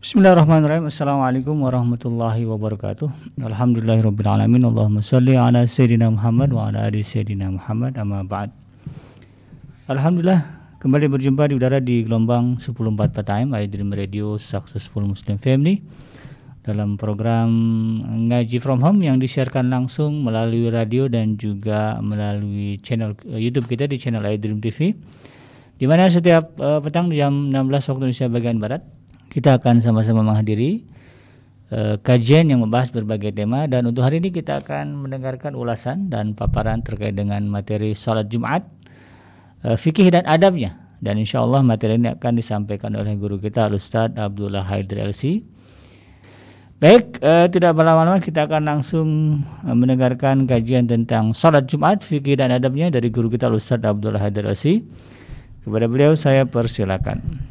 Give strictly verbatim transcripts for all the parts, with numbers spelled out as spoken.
Bismillahirrahmanirrahim. Assalamualaikum warahmatullahi wabarakatuh. Alhamdulillahirabbil alamin. Allahumma shalli ala sayyidina Muhammad wa ala ali sayyidina Muhammad. Amma ba'd. Alhamdulillah kembali berjumpa di udara di gelombang sepuluh empat puluh empat A M iDream Radio Successful Muslim Family dalam program Ngaji From Home yang disiarkan langsung melalui radio dan juga melalui channel uh, YouTube kita di channel iDream T V, di mana setiap uh, petang jam enam belas waktu Indonesia bagian barat kita akan sama-sama menghadiri uh, kajian yang membahas berbagai tema, dan untuk hari ini kita akan mendengarkan ulasan dan paparan terkait dengan materi salat Jumat, uh, fikih dan adabnya, dan insya Allah materi ini akan disampaikan oleh guru kita Al-Ustadz Abdullah Haidar L C. Baik, uh, tidak berlama-lama kita akan langsung uh, mendengarkan kajian tentang salat Jumat, fikih dan adabnya dari guru kita Al-Ustadz Abdullah Haidar L C. Kepada beliau saya persilakan.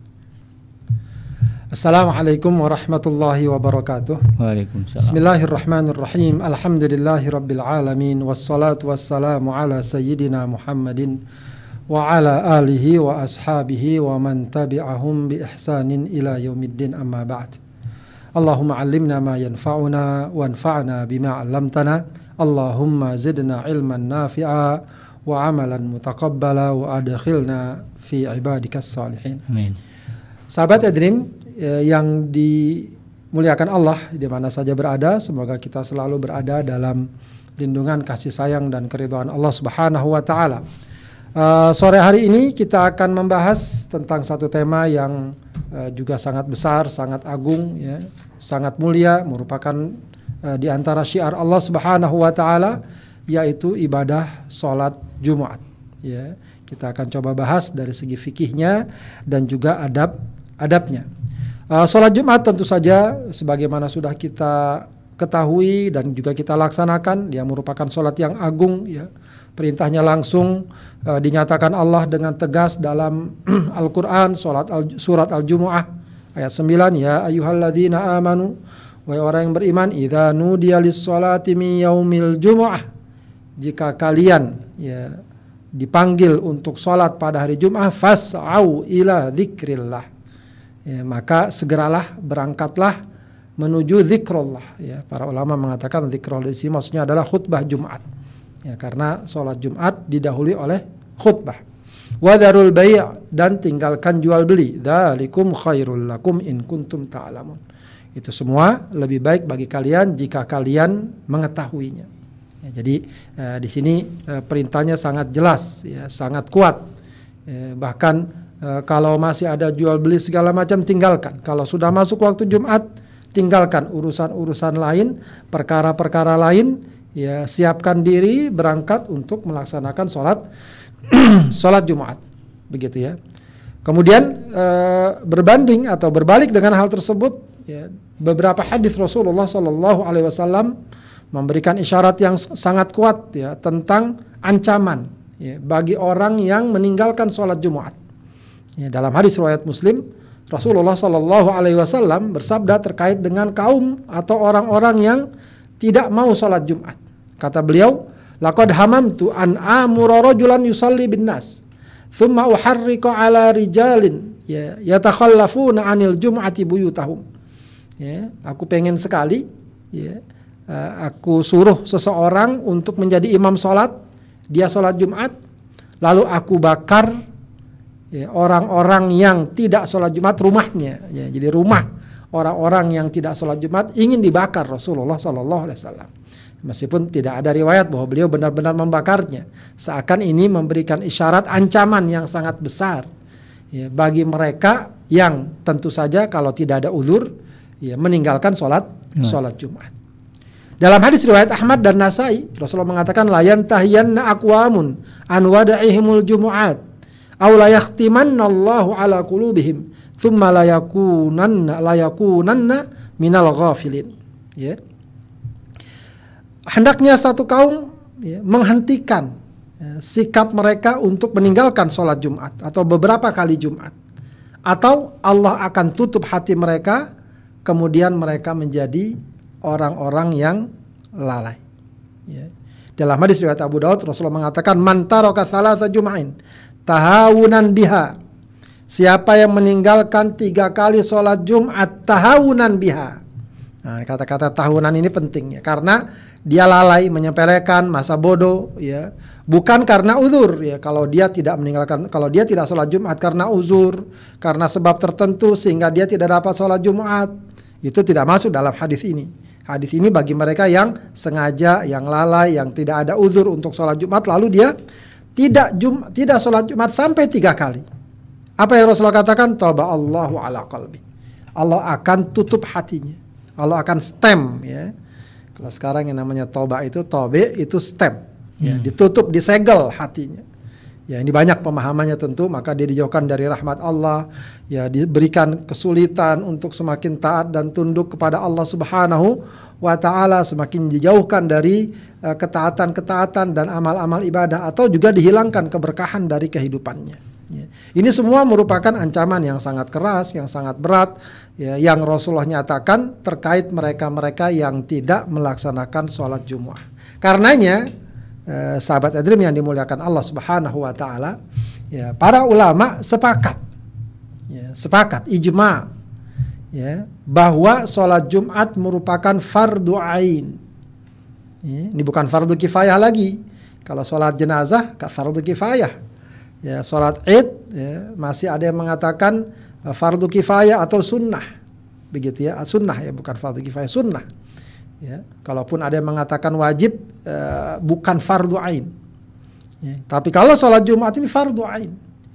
Assalamualaikum warahmatullahi wabarakatuh. Waalaikumsalam. Bismillahirrahmanirrahim. Alhamdulillahi rabbil alamin. Wassalatu wassalamu ala sayyidina Muhammadin wa ala alihi wa ashabihi wa man tabi'ahum bi ihsanin ila yaumiddin, amma ba'd. Allahumma allimna ma yanfa'una wanfa'na bima 'allamtana. Allahumma zidna ilman nafi'a wa amalan mutaqabbala wa adkhilna fi ibadikas salihin. Amin. Sahabat iDream yang dimuliakan Allah di mana saja berada, semoga kita selalu berada dalam lindungan kasih sayang dan keridhaan Allah Subhanahu wa taala. Uh, sore hari ini kita akan membahas tentang satu tema yang uh, juga sangat besar, sangat agung, ya, sangat mulia, merupakan uh, di antara syiar Allah Subhanahu wa taala, yaitu ibadah salat Jumat. Ya, kita akan coba bahas dari segi fikihnya dan juga adab adabnya. Uh, Salat Jumat tentu saja sebagaimana sudah kita ketahui dan juga kita laksanakan, dia merupakan salat yang agung, ya. Perintahnya langsung uh, dinyatakan Allah dengan tegas dalam Al-Qur'an, salat al, surat Al-Jumu'ah ayat sembilan, ya ayyuhalladzina amanu, wahai orang yang beriman, idza nudiya lis-sholati min yaumil jumu'ah, jika kalian ya dipanggil untuk salat pada hari Jumat, fas'au ila dzikrillah, ya, maka segeralah, berangkatlah menuju zikrullah. Ya, para ulama mengatakan zikrullah di sini maksudnya adalah khutbah Jumat. Ya, karena sholat Jumat didahului oleh khutbah. Wadharul bai', dan tinggalkan jual beli. Dzalikum khairul lakum in kuntum ta'lamun. Itu semua lebih baik bagi kalian jika kalian mengetahuinya. Ya, jadi eh, di sini eh, perintahnya sangat jelas, ya, sangat kuat. Eh, bahkan E, kalau masih ada jual beli segala macam, tinggalkan. Kalau sudah masuk waktu Jumat, tinggalkan urusan-urusan lain, perkara-perkara lain, ya, siapkan diri berangkat untuk melaksanakan sholat sholat Jumat, begitu ya. Kemudian e, berbanding atau berbalik dengan hal tersebut, ya, beberapa hadis Rasulullah Shallallahu Alaihi Wasallam memberikan isyarat yang sangat kuat, ya, tentang ancaman, ya, bagi orang yang meninggalkan sholat Jumat. Ya, dalam hadis riwayat Muslim, Rasulullah Shallallahu Alaihi Wasallam bersabda terkait dengan kaum atau orang-orang yang tidak mau sholat Jumat. Kata beliau, laqad hamamtu an amura rajulan yusalli bin nas, thumma uharriqa ala rijalin ya yatakhallafuna anil jum'ati buyutahum. Ya, aku pengen sekali, ya, aku suruh seseorang untuk menjadi imam sholat, dia sholat Jumat, lalu aku bakar, ya, orang-orang yang tidak sholat Jumat rumahnya. Ya, jadi rumah orang-orang yang tidak sholat Jumat ingin dibakar Rasulullah Sallallahu Alaihi Wasallam. Meskipun tidak ada riwayat bahwa beliau benar-benar membakarnya, seakan ini memberikan isyarat ancaman yang sangat besar, ya, bagi mereka yang tentu saja kalau tidak ada uzur, ya, meninggalkan sholat sholat Jumat. Dalam hadis riwayat Ahmad dan Nasai, Rasulullah mengatakan, la yantahiyanna aqwamun an wada'ihimul jumu'at aw la yahtimannallahu ala qulubihim thumma la yakunanna la yakunanna minal ghafilin. Ya. Hendaknya satu kaum, ya, menghentikan, ya, sikap mereka untuk meninggalkan sholat Jumat atau beberapa kali Jumat, atau Allah akan tutup hati mereka, kemudian mereka menjadi orang-orang yang lalai. Ya. Dalam hadis riwayat Abu Daud, Rasulullah mengatakan, man taraka thalatha jum'ain tahawunan biha, siapa yang meninggalkan tiga kali sholat Jumat tahawunan biha. Nah, kata-kata tahunan ini penting ya, karena dia lalai, menyepelekan, masa bodoh ya. Bukan karena uzur ya, kalau dia tidak meninggalkan, kalau dia tidak sholat Jumat karena uzur, karena sebab tertentu sehingga dia tidak dapat sholat Jumat, itu tidak masuk dalam hadis ini. Hadis ini bagi mereka yang sengaja, yang lalai, yang tidak ada uzur untuk sholat Jumat, lalu dia tidak jum, tidak sholat Jumat sampai tiga kali. Apa yang Rasulullah katakan? Tauba Allahu ala qalbi. Allah akan tutup hatinya. Allah akan stem ya. Kalau sekarang yang namanya tauba itu tobe itu stem ya, hmm. ditutup, disegel hatinya. Ya, ini banyak pemahamannya tentu, maka dia dijauhkan dari rahmat Allah, ya diberikan kesulitan untuk semakin taat dan tunduk kepada Allah Subhanahu wa taala, semakin dijauhkan dari uh, ketaatan-ketaatan dan amal-amal ibadah, atau juga dihilangkan keberkahan dari kehidupannya. Ya. Ini semua merupakan ancaman yang sangat keras, yang sangat berat, ya, yang Rasulullah nyatakan terkait mereka-mereka yang tidak melaksanakan sholat Jumat. Karenanya, eh, sahabat Adrim yang dimuliakan Allah Subhanahu wa taala, ya, para ulama sepakat, ya, sepakat ijma, ya, bahwa sholat Jumat merupakan fardu ain. Ya, ini bukan fardu kifayah lagi. Kalau sholat jenazah, fardu kifayah. Ya, sholat Id ya, masih ada yang mengatakan uh, fardu kifayah atau sunnah, begitu ya, sunnah ya, bukan fardu kifayah, sunnah. Ya, kalaupun ada yang mengatakan wajib, uh, bukan fardu ain. Ya, tapi kalau sholat Jumat ini fardu ain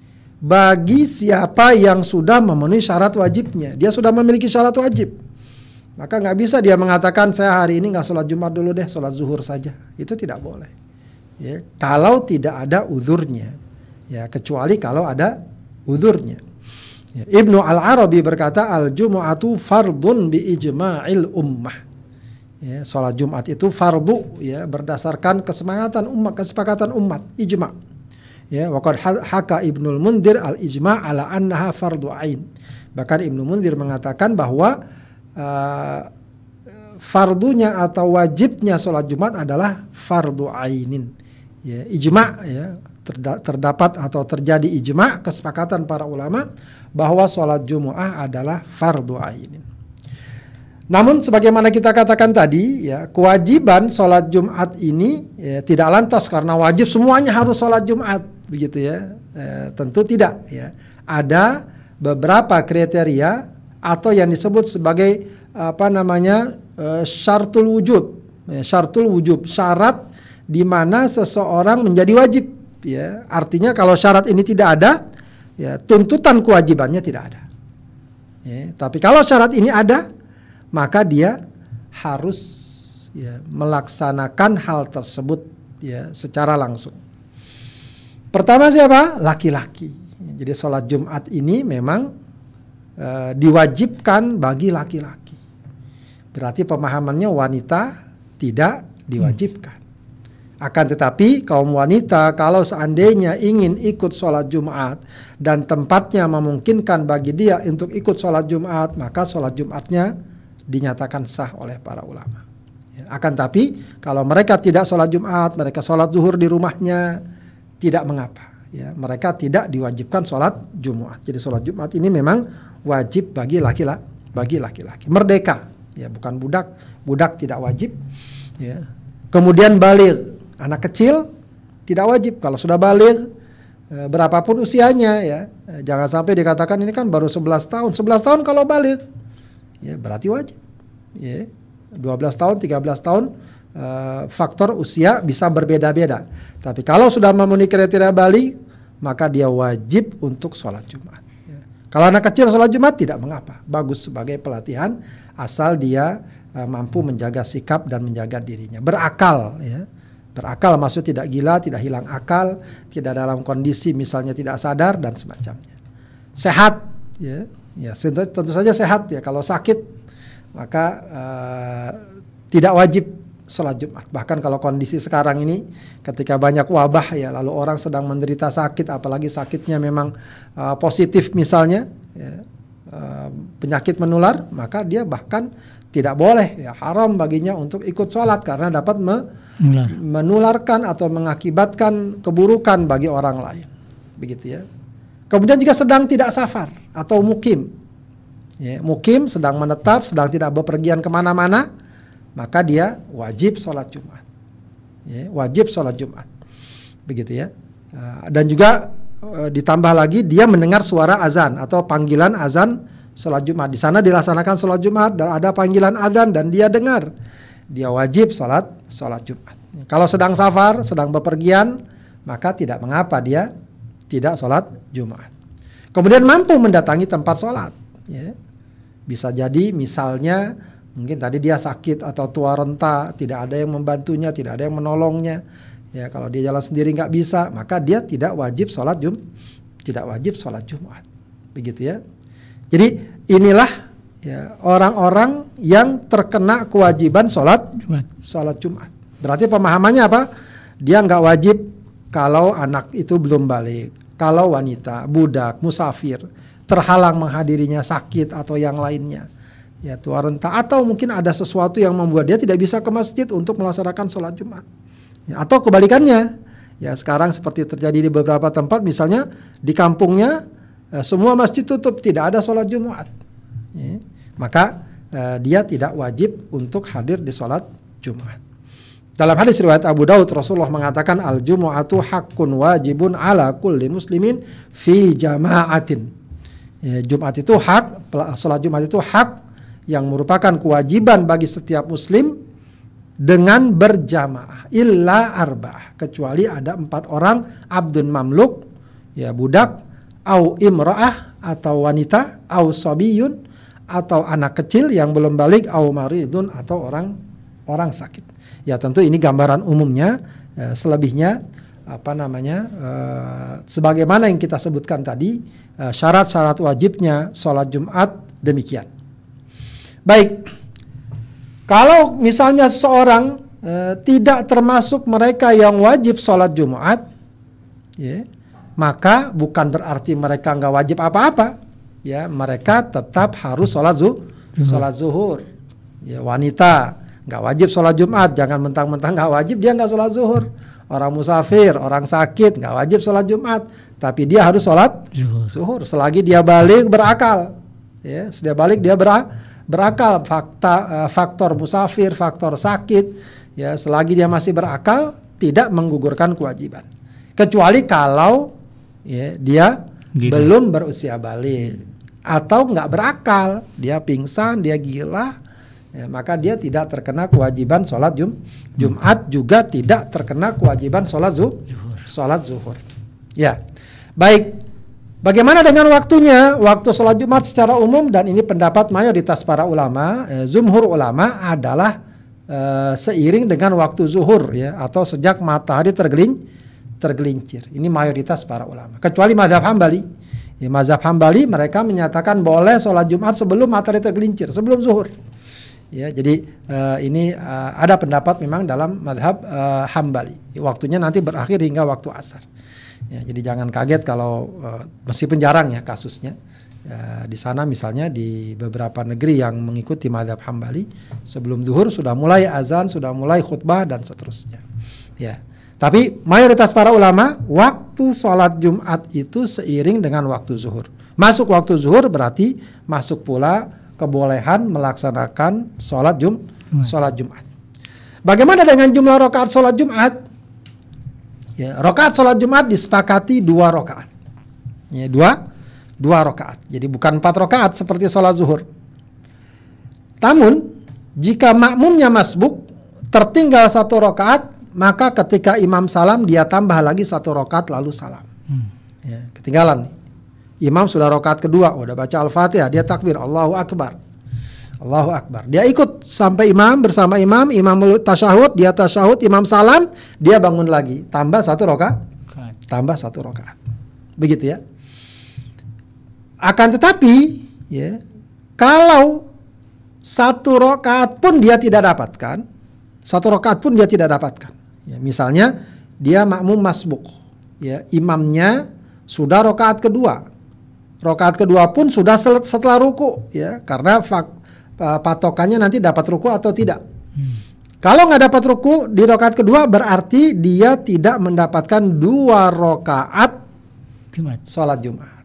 bagi siapa yang sudah memenuhi syarat wajibnya, dia sudah memiliki syarat wajib, maka nggak bisa dia mengatakan saya hari ini nggak sholat Jumat dulu deh, sholat zuhur saja. Itu tidak boleh. Ya, kalau tidak ada uzurnya. Ya, kecuali kalau ada uzurnya. Ya, Ibnu Al-Arabi berkata al-jumu'atu fardun bi ijma'il ummah. Ya, salat Jumat itu fardu ya, berdasarkan kesepakatan umat, kesepakatan umat, ijma'. Ya, wa qad haka Ibnul Mundhir al-ijma' ala annaha fardu ain. Bahkan Ibnu Mundhir mengatakan bahwa uh, fardunya atau wajibnya salat Jumat adalah fardu ainin. Ya, ijma' ya, terdapat atau terjadi ijma', kesepakatan para ulama bahwa sholat Jumu'ah adalah fardu ain. Namun sebagaimana kita katakan tadi ya, kewajiban sholat Jumat ini ya, tidak lantas karena wajib semuanya harus sholat Jumat begitu ya. E, tentu tidak ya. Ada beberapa kriteria atau yang disebut sebagai apa namanya e, syartul wujub, e, syartul wujub, syarat di mana seseorang menjadi wajib. Ya, artinya kalau syarat ini tidak ada, ya, tuntutan kewajibannya tidak ada. Ya, tapi kalau syarat ini ada, maka dia harus ya, melaksanakan hal tersebut ya, secara langsung. Pertama siapa? Laki-laki. Jadi sholat Jumat ini memang uh, diwajibkan bagi laki-laki. Berarti pemahamannya wanita tidak diwajibkan. Akan tetapi kaum wanita kalau seandainya ingin ikut sholat Jumat dan tempatnya memungkinkan bagi dia untuk ikut sholat Jumat, maka sholat Jumatnya dinyatakan sah oleh para ulama. Ya, akan tapi kalau mereka tidak sholat Jumat, mereka sholat zuhur di rumahnya, tidak mengapa. Ya, mereka tidak diwajibkan sholat Jumat. Jadi sholat Jumat ini memang wajib bagi laki-laki, bagi laki-laki. Merdeka, ya, bukan budak. Budak tidak wajib. Ya. Kemudian baligh. Anak kecil tidak wajib. Kalau sudah baligh e, berapapun usianya ya, e, jangan sampai dikatakan ini kan baru sebelas tahun. sebelas tahun kalau baligh ya berarti wajib. Ya, dua belas tahun, tiga belas tahun e, faktor usia bisa berbeda-beda. Tapi kalau sudah memenuhi kriteria baligh, maka dia wajib untuk sholat Jumat. Ya. Kalau anak kecil sholat Jumat tidak mengapa. Bagus sebagai pelatihan asal dia e, mampu menjaga sikap dan menjaga dirinya. Berakal ya. Berakal maksud tidak gila, tidak hilang akal, tidak dalam kondisi misalnya tidak sadar dan semacamnya. Sehat, ya, ya tentu, tentu saja sehat ya. Kalau sakit maka uh, tidak wajib sholat Jumat. Bahkan kalau kondisi sekarang ini, ketika banyak wabah ya, lalu orang sedang menderita sakit, apalagi sakitnya memang uh, positif misalnya, ya, uh, penyakit menular, maka dia bahkan tidak boleh, ya, haram baginya untuk ikut sholat karena dapat me Menular. menularkan atau mengakibatkan keburukan bagi orang lain, begitu ya. Kemudian juga sedang tidak safar atau mukim. Ya, mukim sedang menetap, sedang tidak bepergian kemana-mana, maka dia wajib sholat Jumat. Ya, wajib sholat Jumat. Begitu ya. Dan juga ditambah lagi dia mendengar suara azan atau panggilan azan sholat Jumat. Di sana dilaksanakan sholat Jumat dan ada panggilan azan dan dia dengar, dia wajib sholat sholat Jumat. Kalau sedang safar, sedang bepergian, maka tidak mengapa dia tidak sholat Jumat. Kemudian mampu mendatangi tempat sholat. Ya. Bisa jadi misalnya mungkin tadi dia sakit atau tua renta, tidak ada yang membantunya, tidak ada yang menolongnya. Ya, kalau dia jalan sendiri nggak bisa, maka dia tidak wajib sholat jum, tidak wajib sholat Jumat, begitu ya. Jadi inilah ya, orang-orang yang terkena kewajiban sholat Jumat. sholat Jumat. Berarti pemahamannya apa? Dia nggak wajib kalau anak itu belum balik, kalau wanita, budak, musafir, terhalang menghadirinya, sakit atau yang lainnya, ya tua renta, atau mungkin ada sesuatu yang membuat dia tidak bisa ke masjid untuk melaksanakan sholat Jumat. Ya, atau kebalikannya, ya sekarang seperti terjadi di beberapa tempat, misalnya di kampungnya eh, semua masjid tutup, tidak ada sholat Jumat, ya, maka eh, dia tidak wajib untuk hadir di sholat Jumat. Dalam hadis riwayat Abu Daud, Rasulullah mengatakan al Jumu'atu haqqun wajibun ala kulli muslimin fi jama'atin. Ya, Jumat itu hak, sholat Jumat itu hak yang merupakan kewajiban bagi setiap muslim dengan berjamaah, illa arba'ah, kecuali ada empat orang, abdun mamluk, ya budak, au imra'ah atau wanita, au sabiyun atau anak kecil yang belum balik, au maridun atau orang orang sakit. Ya tentu ini gambaran umumnya, eh, selebihnya apa namanya, eh, sebagaimana yang kita sebutkan tadi, eh, syarat-syarat wajibnya sholat Jumat demikian. Baik. Kalau misalnya seorang e, tidak termasuk mereka yang wajib sholat Jumat, ya, maka bukan berarti mereka nggak wajib apa-apa. Ya, mereka tetap harus sholat zuhur. Sholat zuhur. Ya, wanita nggak wajib sholat Jumat, jangan mentang-mentang nggak wajib dia nggak sholat zuhur. Orang musafir, orang sakit nggak wajib sholat Jumat, tapi dia harus sholat zuhur selagi dia balik berakal. Ya, sedia balik dia berakal. Berakal, fakta, faktor musafir, faktor sakit, ya selagi dia masih berakal tidak menggugurkan kewajiban. Kecuali kalau ya, dia gila, belum berusia balik atau nggak berakal, dia pingsan, dia gila, ya, maka dia tidak terkena kewajiban sholat jum, Jumat, juga tidak terkena kewajiban sholat zuhur. Sholat zuhur. Ya, baik. Bagaimana dengan waktunya? Waktu sholat Jumat secara umum, dan ini pendapat mayoritas para ulama, eh, jumhur ulama adalah eh, seiring dengan waktu zuhur, ya, atau sejak matahari tergelin, tergelincir. Ini mayoritas para ulama. Kecuali mazhab Hambali. Ya, mazhab Hambali mereka menyatakan boleh sholat Jumat sebelum matahari tergelincir, sebelum zuhur. Ya, jadi eh, ini eh, ada pendapat memang dalam mazhab eh, Hambali. Waktunya nanti berakhir hingga waktu asar. Ya, jadi jangan kaget kalau uh, meskipun jarang ya kasusnya uh, di sana, misalnya di beberapa negeri yang mengikuti mazhab Hambali, sebelum zuhur sudah mulai azan, sudah mulai khutbah dan seterusnya. Ya, tapi mayoritas para ulama waktu sholat Jumat itu seiring dengan waktu zuhur. Masuk waktu zuhur berarti masuk pula kebolehan melaksanakan sholat jum, sholat Jumat. Bagaimana dengan jumlah rakaat sholat Jumat? Ya, rakaat sholat Jumat disepakati dua rakaat. Ya, dua, dua rakaat. Jadi bukan empat rakaat seperti sholat zuhur. Namun jika makmumnya masbuk, tertinggal satu rakaat, maka ketika imam salam dia tambah lagi satu rakaat lalu salam. Hmm. Ya, ketinggalan. Imam sudah rakaat kedua, udah baca Al-Fatihah, dia takbir, Allahu Akbar. Allahu Akbar. Dia ikut sampai imam, bersama imam, imam tasyahud, dia tasyahud, imam salam, dia bangun lagi, tambah satu rakaat, tambah satu rakaat. Begitu ya. Akan tetapi, ya, kalau satu rakaat pun dia tidak dapatkan, satu rakaat pun dia tidak dapatkan. Ya, misalnya dia makmum masbuk, ya, imamnya sudah rakaat kedua, rakaat kedua pun sudah setelah ruku, ya, karena fak patokannya nanti dapat ruku atau tidak. Hmm. Kalau nggak dapat ruku di rakaat kedua, berarti dia tidak mendapatkan dua rakaat Jumat. Sholat Jumat.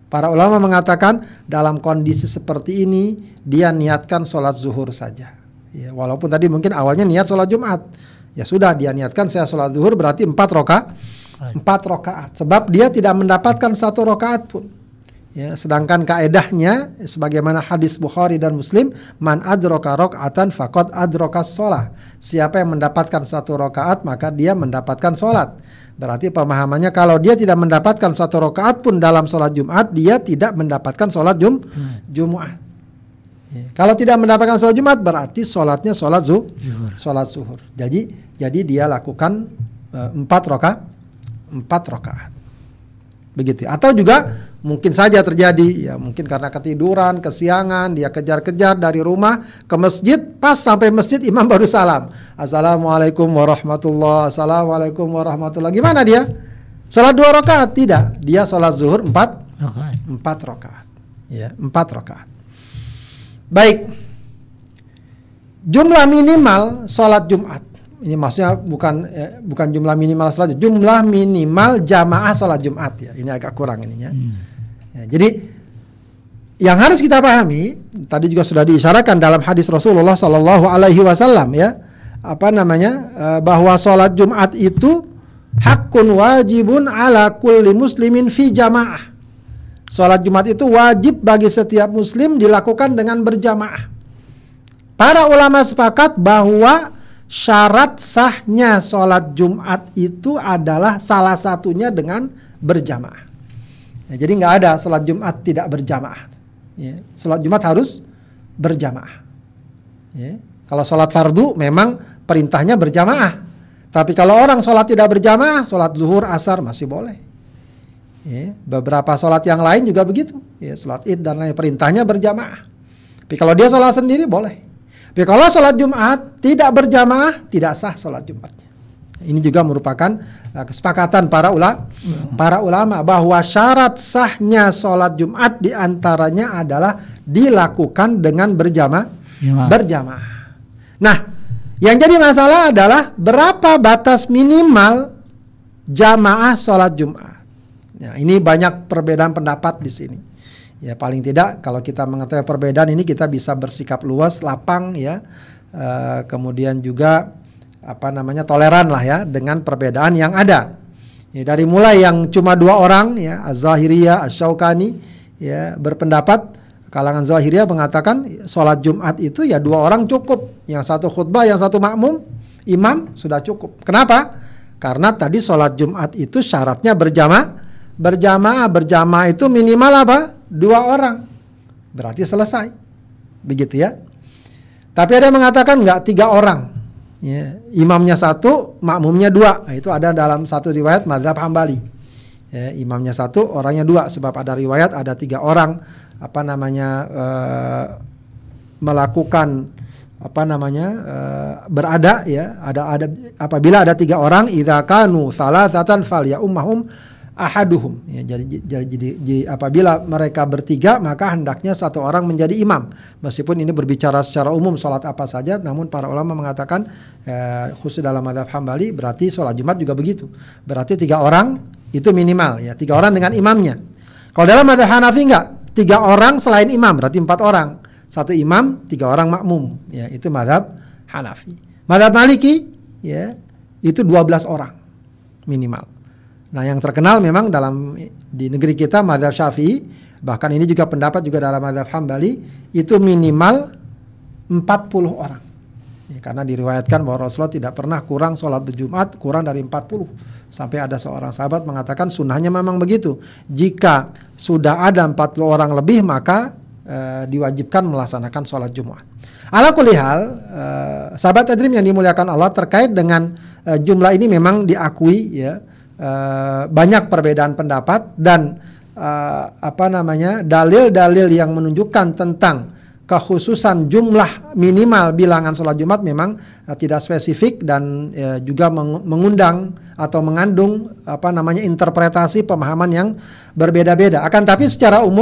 Para ulama mengatakan dalam kondisi seperti ini dia niatkan sholat zuhur saja. Ya, walaupun tadi mungkin awalnya niat sholat Jumat, ya sudah dia niatkan saya sholat zuhur berarti empat rokaat, empat rokaat. Sebab dia tidak mendapatkan satu rokaat pun. Ya, sedangkan kaedahnya sebagaimana hadis Bukhari dan Muslim, man adroka rokatan fakot adroka sholah. Siapa yang mendapatkan satu rokaat maka dia mendapatkan sholat. Berarti pemahamannya kalau dia tidak mendapatkan satu rakaat pun dalam sholat Jumat, dia tidak mendapatkan sholat jum, Jumat. Ya. Kalau tidak mendapatkan sholat Jumat, berarti sholatnya sholat zu, sholat zuhur. Jadi, jadi dia lakukan uh, empat rakaat, empat rakaat. Begitu. Atau juga mungkin saja terjadi, ya mungkin karena ketiduran, kesiangan, dia kejar-kejar dari rumah ke masjid, pas sampai masjid imam baru salam. Assalamualaikum warahmatullahi, assalamualaikum warahmatullahi. Gimana dia? Salat dua rakaat? Tidak. Dia salat zuhur empat rakaat. Empat rakaat. Ya, empat rakaat. Baik. Jumlah minimal salat Jumat. Ini maksudnya bukan eh, bukan jumlah minimal salat, jumlah minimal jamaah salat Jumat ya. Ini agak kurang ininya. Hmm. Ya, jadi yang harus kita pahami tadi juga sudah diisyaratkan dalam hadis Rasulullah Shallallahu Alaihi Wasallam ya, apa namanya eh, bahwa salat Jumat itu hakun wajibun ala kulli muslimin fi jamaah. Salat Jumat itu wajib bagi setiap muslim dilakukan dengan berjamaah. Para ulama sepakat bahwa syarat sahnya sholat Jumat itu adalah salah satunya dengan berjamaah. Ya, jadi nggak ada sholat Jumat tidak berjamaah. Ya, sholat Jumat harus berjamaah. Ya, kalau sholat fardu memang perintahnya berjamaah. Tapi kalau orang sholat tidak berjamaah, sholat zuhur, asar masih boleh. Ya, beberapa sholat yang lain juga begitu. Ya, sholat id dan lain perintahnya berjamaah. Tapi kalau dia sholat sendiri boleh. Tapi kalau sholat Jumat tidak berjamaah, tidak sah sholat Jumatnya. Ini juga merupakan uh, kesepakatan para ulama, para ulama bahwa syarat sahnya sholat Jumat diantaranya adalah dilakukan dengan berjamaah, ya. berjamaah. Nah, yang jadi masalah adalah berapa batas minimal jamaah sholat Jumat. Nah, ini banyak perbedaan pendapat di sini. Ya paling tidak kalau kita mengetahui perbedaan ini kita bisa bersikap luas, lapang ya, e, kemudian juga apa namanya toleran lah ya dengan perbedaan yang ada. Ya, dari mulai yang cuma dua orang ya, Az-Zahiriyah, Asy-Syaukani ya berpendapat, kalangan Zahiriyah mengatakan sholat Jumat itu ya dua orang cukup, yang satu khutbah, yang satu makmum, imam sudah cukup. Kenapa? Karena tadi sholat Jumat itu syaratnya berjamaah, berjamaah, berjamaah itu minimal apa? Dua orang, berarti selesai, begitu ya. Tapi ada yang mengatakan enggak, tiga orang, ya, imamnya satu, makmumnya dua. Nah, itu ada dalam satu riwayat mazhab Hambali. Ya, imamnya satu, orangnya dua, sebab ada riwayat ada tiga orang, apa namanya uh, melakukan apa namanya uh, berada ya. Ada ada apabila ada tiga orang, idza kanu salasatan falya ummahum ahaduhum ya, jadi, jadi, jadi, jadi apabila mereka bertiga maka hendaknya satu orang menjadi imam. Meskipun ini berbicara secara umum sholat apa saja, namun para ulama mengatakan eh, khusus dalam mazhab Hambali berarti sholat Jumat juga begitu. Berarti tiga orang itu minimal ya, tiga orang dengan imamnya. Kalau dalam mazhab Hanafi enggak, tiga orang selain imam berarti empat orang, satu imam, tiga orang makmum ya, itu mazhab Hanafi. Mazhab Maliki ya itu dua belas orang minimal. Nah, yang terkenal memang dalam di negeri kita mazhab Syafi'i, bahkan ini juga pendapat juga dalam mazhab Hambali, itu minimal empat puluh orang. Ya, karena diriwayatkan bahwa Rasulullah tidak pernah kurang sholat berjumat kurang dari empat puluh. Sampai ada seorang sahabat mengatakan sunnahnya memang begitu. Jika sudah ada empat puluh orang lebih maka e, diwajibkan melaksanakan sholat Jumat. Ala kulli hal, e, sahabat Adrim yang dimuliakan Allah, terkait dengan e, jumlah ini memang diakui ya. Uh, banyak perbedaan pendapat dan uh, apa namanya dalil-dalil yang menunjukkan tentang kekhususan jumlah minimal bilangan sholat Jumat memang uh, tidak spesifik dan uh, juga meng- mengundang atau mengandung apa namanya interpretasi pemahaman yang berbeda-beda. Akan tapi secara umum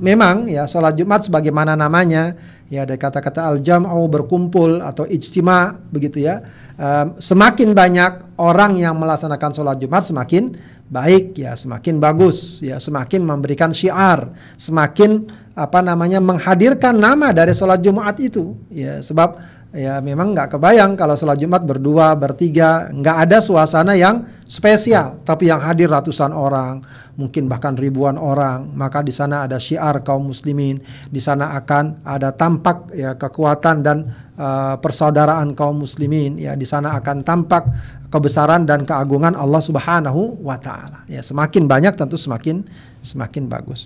memang ya sholat Jumat sebagaimana namanya ya ada kata-kata al-jam'u berkumpul atau ijtima begitu ya. Uh, semakin banyak orang yang melaksanakan sholat Jumat semakin baik ya, semakin bagus ya, semakin memberikan syiar, semakin apa namanya menghadirkan nama dari sholat Jumat itu ya. Sebab ya memang nggak kebayang kalau sholat Jumat berdua, bertiga, nggak ada suasana yang spesial, tapi yang hadir ratusan orang, mungkin bahkan ribuan orang, maka di sana ada syiar kaum muslimin, di sana akan ada tampak ya kekuatan dan uh, persaudaraan kaum muslimin, ya di sana akan tampak kebesaran dan keagungan Allah Subhanahu wa taala. Ya, semakin banyak tentu semakin semakin bagus.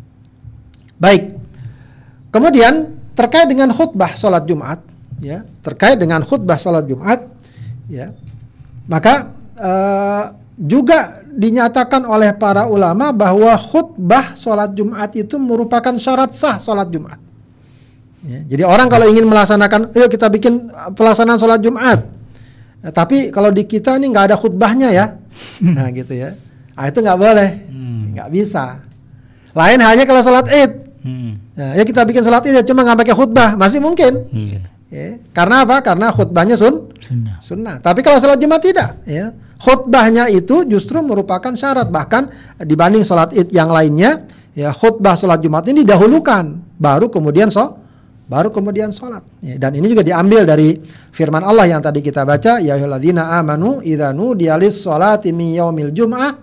Baik. Kemudian terkait dengan khutbah sholat Jumat, ya, terkait dengan khutbah sholat Jumat, ya, maka uh, juga dinyatakan oleh para ulama bahwa khutbah sholat Jumat itu merupakan syarat sah sholat Jumat. Ya, jadi orang kalau ingin melaksanakan, ayo kita bikin pelaksanaan sholat Jumat, ya, tapi kalau di kita ini nggak ada khutbahnya ya, nah gitu ya, nah, itu nggak boleh, nggak hmm. bisa. Lain halnya kalau sholat Id, hmm. ya, ya kita bikin sholat Id ya cuma nggak pakai khutbah, masih mungkin. Hmm. Ya, karena apa? Karena khutbahnya sun, sunnah. sunnah. Tapi kalau sholat Jumat tidak. Ya. Khutbahnya itu justru merupakan syarat. Bahkan dibanding sholat Id yang lainnya, ya khutbah sholat Jumat ini didahulukan, baru kemudian so, baru kemudian sholat. Ya, dan ini juga diambil dari firman Allah yang tadi kita baca, ya ayyuhalladzina amanu idza nudiya lis-sholati min yaumil jum'ah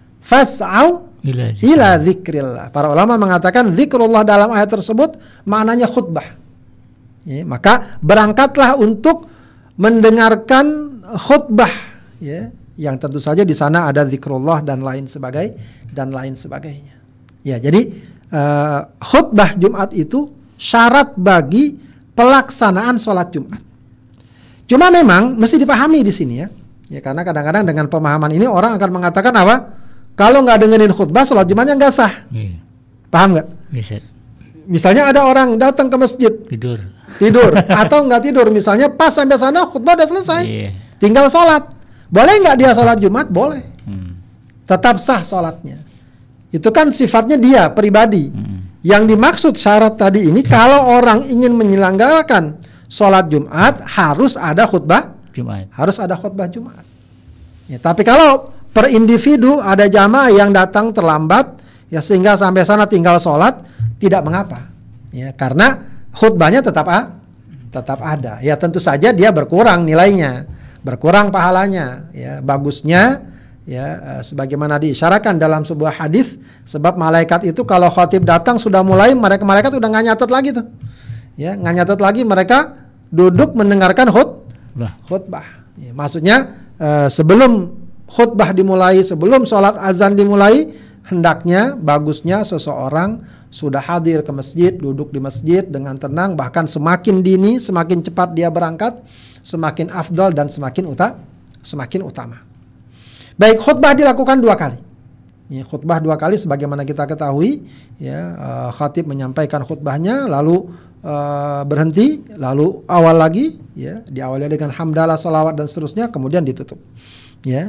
fas'au ila dzikrillah. Para ulama mengatakan zikrullah dalam ayat tersebut maknanya khutbah. Ya, maka berangkatlah untuk mendengarkan khutbah, ya, yang tentu saja di sana ada zikrullah dan lain sebagai dan lain sebagainya. Ya, jadi uh, khutbah Jumat itu syarat bagi pelaksanaan sholat Jumat. Cuma memang mesti dipahami di sini ya, ya karena kadang-kadang dengan pemahaman ini orang akan mengatakan apa? Kalau nggak dengerin khutbah sholat Jumatnya nggak sah. Hmm. Paham nggak? Bisa. Misalnya ada orang datang ke masjid tidur. Tidur atau nggak tidur, misalnya pas sampai sana khutbah udah selesai, yeah. tinggal sholat. Boleh nggak dia sholat Jumat? Boleh, hmm. tetap sah sholatnya. Itu kan sifatnya dia pribadi. Hmm. Yang dimaksud syarat tadi ini, kalau orang ingin menyelenggarakan sholat Jumat harus ada khutbah Jumat. Harus ada khutbah Jumat. Ya, tapi kalau per individu ada jamaah yang datang terlambat, ya sehingga sampai sana tinggal sholat, tidak mengapa. Ya, karena khutbahnya tetap ah, tetap ada. Ya tentu saja dia berkurang nilainya, berkurang pahalanya. Ya bagusnya ya sebagaimana diisyaratkan dalam sebuah hadis, sebab malaikat itu kalau khatib datang sudah mulai mereka malaikat udah nggak nyatet lagi tuh. Ya nggak nyatet lagi, mereka duduk mendengarkan khutbah. Khutbah. Ya, maksudnya eh, sebelum khutbah dimulai, sebelum sholat azan dimulai, hendaknya bagusnya seseorang sudah hadir ke masjid, duduk di masjid dengan tenang, bahkan semakin dini, semakin cepat dia berangkat, semakin afdal dan semakin uta, semakin utama. Baik, khutbah dilakukan dua kali. Ya, khutbah dua kali sebagaimana kita ketahui, ya, uh, khatib menyampaikan khutbahnya, lalu uh, berhenti, lalu awal lagi, ya, diawali dengan hamdalah, salawat dan seterusnya, kemudian ditutup. Ya.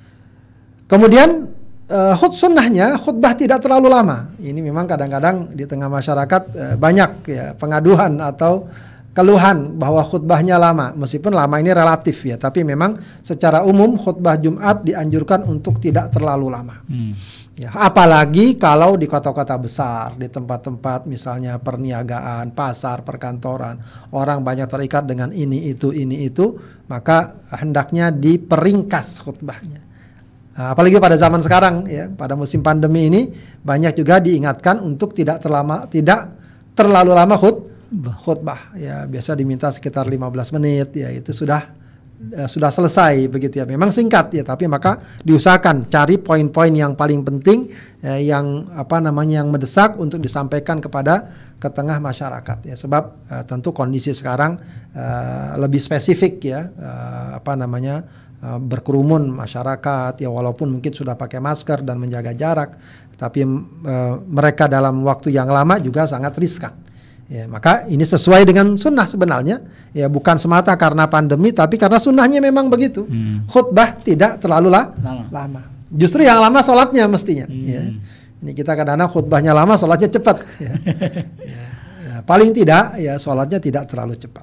Kemudian Uh, khut sunnahnya khutbah tidak terlalu lama. Ini memang kadang-kadang di tengah masyarakat uh, banyak ya pengaduan atau keluhan bahwa khutbahnya lama. Meskipun lama ini relatif ya, tapi memang secara umum khutbah Jumat dianjurkan untuk tidak terlalu lama. Hmm. Ya, apalagi kalau di kota-kota besar, di tempat-tempat misalnya perniagaan, pasar, perkantoran, orang banyak terikat dengan ini itu ini itu, maka hendaknya diperingkas khutbahnya. Apalagi pada zaman sekarang ya, pada musim pandemi ini banyak juga diingatkan untuk tidak terlama, tidak terlalu lama khut, khutbah. Ya biasa diminta sekitar lima belas menit, ya itu sudah uh, sudah selesai begitu ya. Memang singkat ya, tapi maka diusahakan cari poin-poin yang paling penting, ya, yang apa namanya yang mendesak untuk disampaikan kepada ke tengah masyarakat ya. Sebab uh, tentu kondisi sekarang uh, lebih spesifik ya, uh, apa namanya berkerumun masyarakat ya, walaupun mungkin sudah pakai masker dan menjaga jarak, tapi e, mereka dalam waktu yang lama juga sangat riskan ya. Maka ini sesuai dengan sunnah sebenarnya ya, bukan semata karena pandemi, tapi karena sunnahnya memang begitu. hmm. Khutbah tidak terlalu la- lama. lama Justru yang lama sholatnya mestinya hmm. ya. Ini kita kadang-kadang khutbahnya lama, sholatnya cepat. Ya. Ya, ya, paling tidak, ya sholatnya tidak terlalu cepat.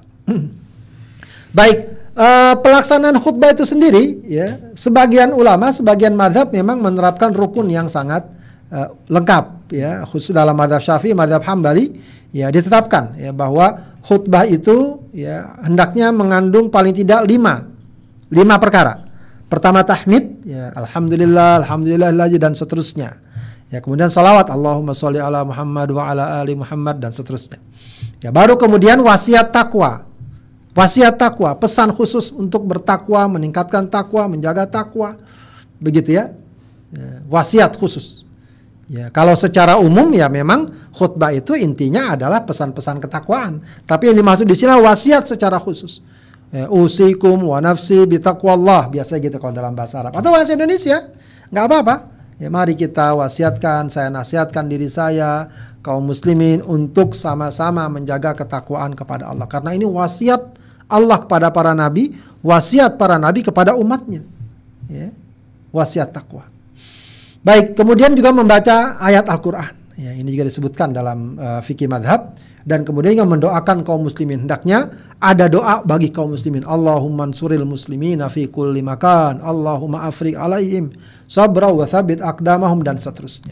Baik, uh, pelaksanaan khutbah itu sendiri, ya, sebagian ulama, sebagian madhab memang menerapkan rukun yang sangat uh, lengkap, ya, khusus dalam madhab Syafi'i, madhab Hambali, ya, ditetapkan, ya, bahwa khutbah itu, ya, hendaknya mengandung paling tidak lima, lima perkara. Pertama tahmid, ya, alhamdulillah, alhamdulillah, dan seterusnya. Ya, kemudian salawat, Allahumma sholli ala Muhammad wa ala ali Muhammad, dan seterusnya. Ya, baru kemudian wasiat takwa. Wasiat takwa, pesan khusus untuk bertakwa, meningkatkan takwa, menjaga takwa. Begitu ya. Ya, wasiat khusus. Ya, kalau secara umum ya memang khutbah itu intinya adalah pesan-pesan ketakwaan. Tapi yang dimaksud di sini wasiat secara khusus. Ya, usikum wa nafsi bitaqwallah, biasa gitu kalau dalam bahasa Arab. Atau bahasa Indonesia, nggak apa-apa. Ya, mari kita wasiatkan, saya nasihatkan diri saya, kaum muslimin untuk sama-sama menjaga ketakwaan kepada Allah. Karena ini wasiat Allah kepada para nabi, wasiat para nabi kepada umatnya. Ya, wasiat takwa. Baik, kemudian juga membaca ayat Al-Quran. Ya, ini juga disebutkan dalam uh, fikih madhab. Dan kemudian juga mendoakan kaum muslimin. Hendaknya ada doa bagi kaum muslimin. Allahumma ansuril muslimina fi kulli makan. Allahumma afrik alaihim sabra wa thabit aqdamahum, dan seterusnya.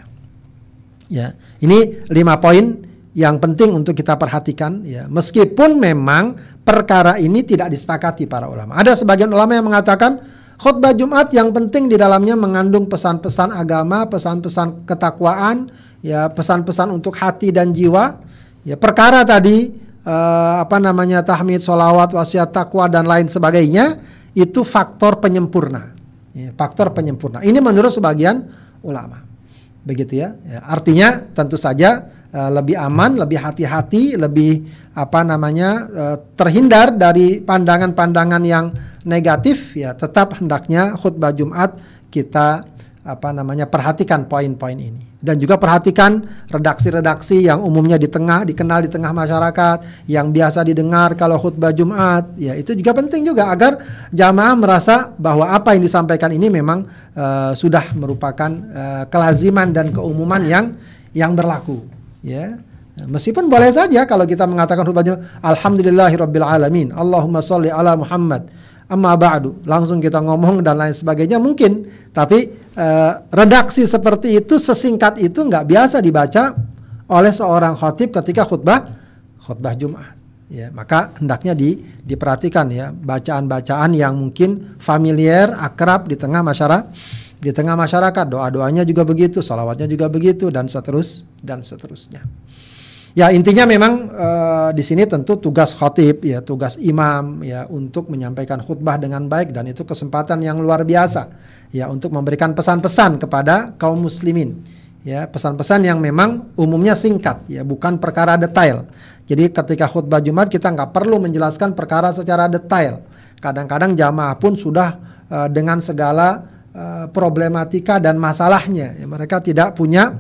Ya, ini lima poin yang penting untuk kita perhatikan. Ya, meskipun memang perkara ini tidak disepakati para ulama. Ada sebagian ulama yang mengatakan khutbah Jumat yang penting di dalamnya mengandung pesan-pesan agama, pesan-pesan ketakwaan, ya, pesan-pesan untuk hati dan jiwa. Ya, perkara tadi eh, apa namanya tahmid, sholawat, wasiat takwa dan lain sebagainya itu faktor penyempurna. Ya, faktor penyempurna. Ini menurut sebagian ulama. Begitu ya. Ya, artinya tentu saja eh, lebih aman, lebih hati-hati, lebih apa namanya eh, terhindar dari pandangan-pandangan yang negatif. Ya, tetap hendaknya khutbah Jumat kita apa namanya perhatikan poin-poin ini. Dan juga perhatikan redaksi-redaksi yang umumnya di tengah dikenal di tengah masyarakat, yang biasa didengar kalau khutbah Jumat. Ya, itu juga penting juga agar jamaah merasa bahwa apa yang disampaikan ini memang uh, sudah merupakan uh, kelaziman dan keumuman yang yang berlaku. Ya, meskipun boleh saja kalau kita mengatakan khutbah Jumat, alhamdulillahirabbil alamin, Allahumma sholli ala Muhammad, amma ba'du, langsung kita ngomong dan lain sebagainya mungkin, tapi Uh, redaksi seperti itu, sesingkat itu nggak biasa dibaca oleh seorang khatib ketika khutbah khutbah Jumat. Ya, maka hendaknya di, diperhatikan ya bacaan-bacaan yang mungkin familiar, akrab di tengah masyarakat, di tengah masyarakat. Doa-doanya juga begitu, salawatnya juga begitu, dan seterus dan seterusnya. Ya, intinya memang uh, di sini tentu tugas khatib, ya, tugas imam, ya, untuk menyampaikan khutbah dengan baik, dan itu kesempatan yang luar biasa, ya, untuk memberikan pesan-pesan kepada kaum muslimin, ya, pesan-pesan yang memang umumnya singkat, ya, bukan perkara detail. Jadi ketika khutbah Jumat kita nggak perlu menjelaskan perkara secara detail. Kadang-kadang jamaah pun sudah uh, dengan segala uh, problematika dan masalahnya, ya, mereka tidak punya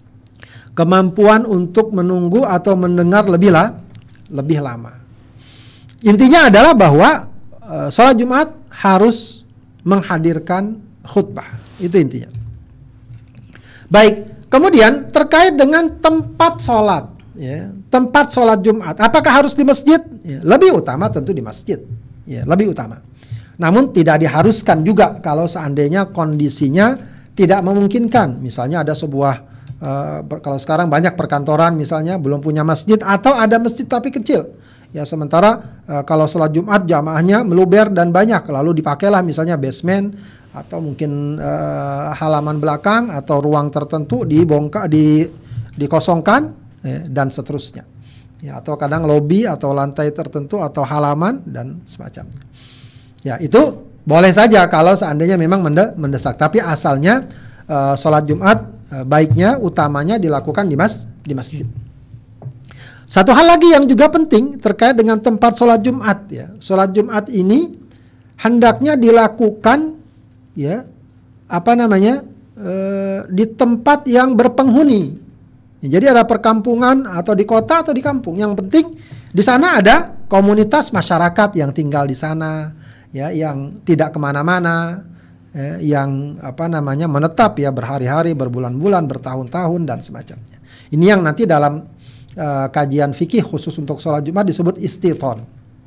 kemampuan untuk menunggu atau mendengar lebih lah, lebih lama. Intinya adalah bahwa uh, sholat Jumat harus menghadirkan khutbah. Itu intinya. Baik, kemudian terkait dengan tempat sholat, ya, tempat sholat Jumat, apakah harus di masjid? Ya, lebih utama tentu di masjid, ya, lebih utama. Namun tidak diharuskan juga kalau seandainya kondisinya tidak memungkinkan. Misalnya ada sebuah Uh, kalau sekarang banyak perkantoran misalnya belum punya masjid, atau ada masjid tapi kecil. Ya, sementara uh, kalau sholat Jumat jamaahnya meluber dan banyak, lalu dipakailah misalnya basement atau mungkin uh, halaman belakang atau ruang tertentu dibongkar, di dikosongkan, ya, dan seterusnya. Ya, atau kadang lobi atau lantai tertentu atau halaman dan semacamnya. Ya, itu boleh saja kalau seandainya memang mendesak. Tapi asalnya uh, sholat Jumat baiknya utamanya dilakukan di mas di masjid. Satu hal lagi yang juga penting terkait dengan tempat sholat Jumat, ya, sholat Jumat ini hendaknya dilakukan, ya, apa namanya e, di tempat yang berpenghuni. Ya, jadi ada perkampungan atau di kota atau di kampung. Yang penting di sana ada komunitas masyarakat yang tinggal di sana, ya, yang tidak kemana-mana. eh, yang apa namanya menetap ya berhari-hari, berbulan-bulan, bertahun-tahun dan semacamnya. Ini yang nanti dalam uh, kajian fikih khusus untuk sholat Jumat disebut istiton.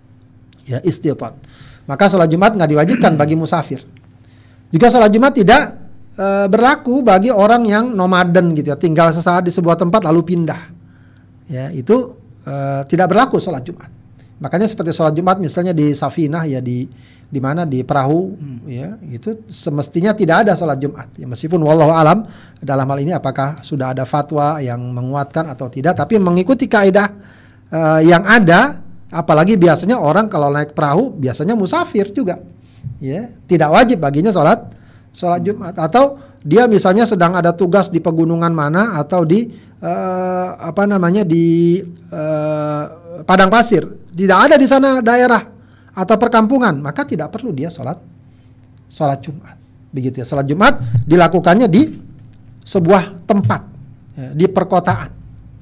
Ya, istiton. Maka sholat Jumat nggak diwajibkan bagi musafir. Juga sholat Jumat tidak uh, berlaku bagi orang yang nomaden gitu ya, tinggal sesaat di sebuah tempat lalu pindah. Ya, itu uh, tidak berlaku sholat Jumat. Makanya seperti sholat Jumat misalnya di safinah ya, di di mana di perahu hmm. ya, itu semestinya tidak ada sholat Jumat ya, meskipun wallahu alam dalam hal ini apakah sudah ada fatwa yang menguatkan atau tidak, tapi mengikuti kaidah uh, yang ada, apalagi biasanya orang kalau naik perahu biasanya musafir juga ya, tidak wajib baginya sholat sholat Jumat. Atau dia misalnya sedang ada tugas di pegunungan mana atau di uh, apa namanya di uh, padang pasir, tidak ada di sana daerah atau perkampungan, maka tidak perlu dia sholat sholat Jumat. Begitu ya, sholat Jumat dilakukannya di sebuah tempat ya, di perkotaan.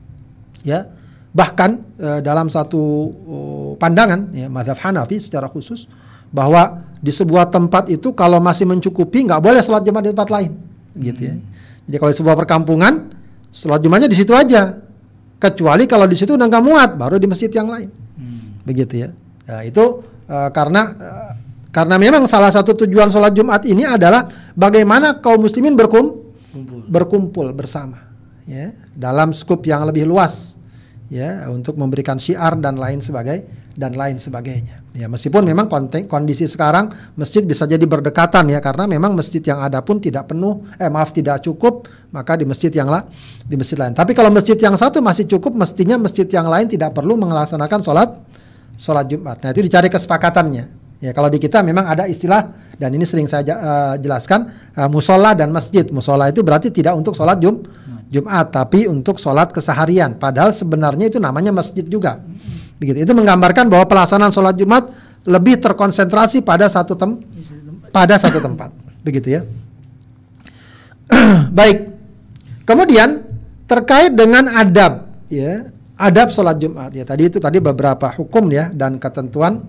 Ya, bahkan e, dalam satu e, pandangan ya, mazhab Hanafi secara khusus bahwa di sebuah tempat itu kalau masih mencukupi nggak boleh sholat Jumat di tempat lain. Gitu ya. Jadi kalau di sebuah perkampungan sholat Jumatnya di situ aja, kecuali kalau di situ udah nggak muat baru di masjid yang lain. Hmm. Begitu ya. Nah, itu Uh, karena uh, karena memang salah satu tujuan sholat Jumat ini adalah bagaimana kaum muslimin berkum, Kumpul. berkumpul bersama ya, dalam skup yang lebih luas ya, untuk memberikan syiar dan lain sebagai dan lain sebagainya ya, meskipun memang konten, kondisi sekarang masjid bisa jadi berdekatan ya, karena memang masjid yang ada pun tidak penuh eh maaf tidak cukup, maka di masjid yang lah di masjid lain. Tapi kalau masjid yang satu masih cukup, mestinya masjid yang lain tidak perlu melaksanakan sholat sholat Jumat. Nah, itu dicari kesepakatannya. Ya, kalau di kita memang ada istilah, dan ini sering saya uh, jelaskan, uh, musola dan masjid. Musola itu berarti tidak untuk sholat Jum Jumat, tapi untuk sholat keseharian. Padahal sebenarnya itu namanya masjid juga. Begitu. Itu menggambarkan bahwa pelaksanaan sholat Jumat lebih terkonsentrasi pada satu tem pada satu tempat. Begitu ya. Baik. Kemudian terkait dengan adab, ya. Adab sholat Jumat ya, tadi itu tadi beberapa hukum ya dan ketentuan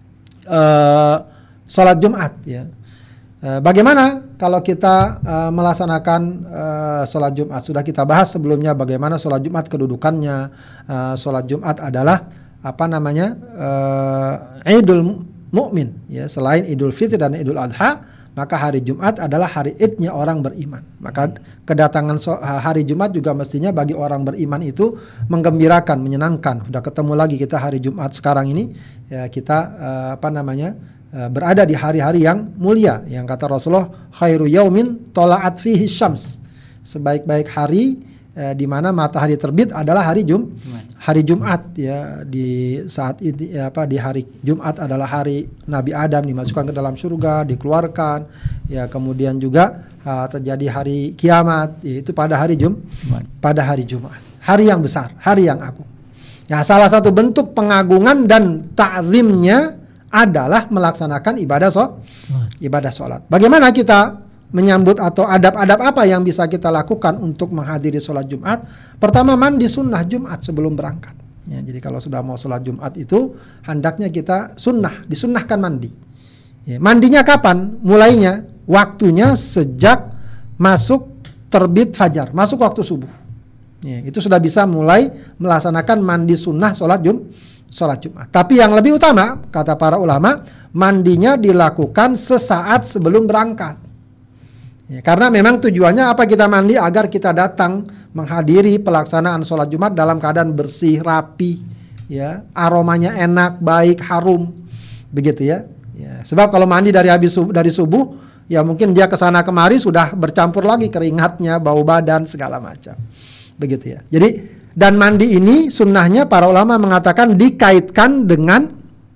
uh, sholat Jumat ya. Uh, bagaimana kalau kita uh, melaksanakan uh, sholat Jumat? Sudah kita bahas sebelumnya bagaimana sholat Jumat kedudukannya. Uh, sholat Jumat adalah apa namanya uh, Idul Mukmin ya, selain Idul Fitri dan Idul Adha. Maka hari Jumat adalah hari idnya orang beriman. Maka kedatangan hari Jumat juga mestinya bagi orang beriman itu menggembirakan, menyenangkan. Sudah ketemu lagi kita hari Jumat sekarang ini, ya kita uh, apa namanya uh, berada di hari-hari yang mulia. Yang kata Rasulullah, khairu yaumin tola'at fihi syams. Sebaik-baik hari uh, di mana matahari terbit adalah hari Jum, hari Jumat ya. Di saat ini ya, apa di hari Jumat adalah hari Nabi Adam dimasukkan ke dalam surga, dikeluarkan ya, kemudian juga uh, terjadi hari kiamat yaitu pada hari Jum pada hari Jumat, hari yang besar, hari yang agung ya. Salah satu bentuk pengagungan dan ta'zimnya adalah melaksanakan ibadah so, ibadah sholat. Bagaimana kita menyambut atau adab-adab apa yang bisa kita lakukan untuk menghadiri sholat Jumat? Pertama, mandi sunnah Jumat sebelum berangkat. Ya, jadi kalau sudah mau sholat Jumat itu hendaknya kita sunnah, disunnahkan mandi. Ya, mandinya kapan? Mulainya, waktunya sejak masuk terbit fajar, masuk waktu subuh. Ya, itu sudah bisa mulai melaksanakan mandi sunnah sholat Jum, sholat Jumat. Tapi yang lebih utama, kata para ulama, mandinya dilakukan sesaat sebelum berangkat. Ya, karena memang tujuannya apa kita mandi? Agar kita datang menghadiri pelaksanaan sholat Jumat dalam keadaan bersih, rapi, ya, aromanya enak, baik, harum, begitu ya. Ya, sebab kalau mandi dari habis subuh, dari subuh, ya mungkin dia kesana kemari sudah bercampur lagi keringatnya, bau badan segala macam, begitu ya. Jadi dan mandi ini sunnahnya para ulama mengatakan dikaitkan dengan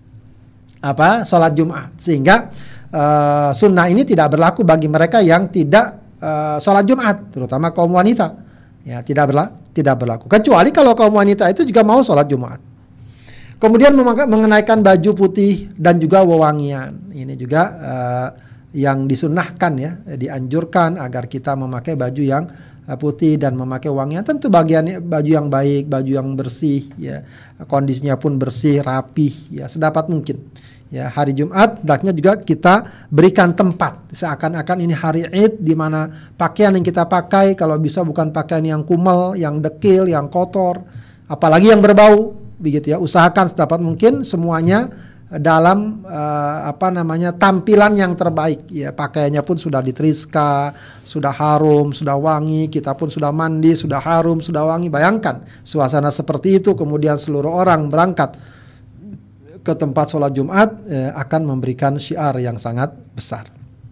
apa? Sholat Jumat, sehingga Uh, sunnah ini tidak berlaku bagi mereka yang tidak uh, sholat Jumat, terutama kaum wanita. Ya, tidak berlaku, tidak berlaku. Kecuali kalau kaum wanita itu juga mau sholat Jumat. Kemudian mengenaikan baju putih dan juga wewangian. Ini juga uh, yang disunnahkan ya, dianjurkan agar kita memakai baju yang uh, putih dan memakai wangian. Tentu bagian baju yang baik, baju yang bersih, ya, kondisinya pun bersih, rapih, ya, sedapat mungkin. Ya, hari Jumat hendaknya juga kita berikan tempat, seakan-akan ini hari Id, di mana pakaian yang kita pakai kalau bisa bukan pakaian yang kumel, yang dekil, yang kotor, apalagi yang berbau, begitu ya. Usahakan sedapat mungkin semuanya dalam uh, apa namanya tampilan yang terbaik, ya. Pakaiannya pun sudah ditriska, sudah harum, sudah wangi, kita pun sudah mandi, sudah harum, sudah wangi. Bayangkan suasana seperti itu, kemudian seluruh orang berangkat ke tempat sholat Jumat, eh, akan memberikan syiar yang sangat besar.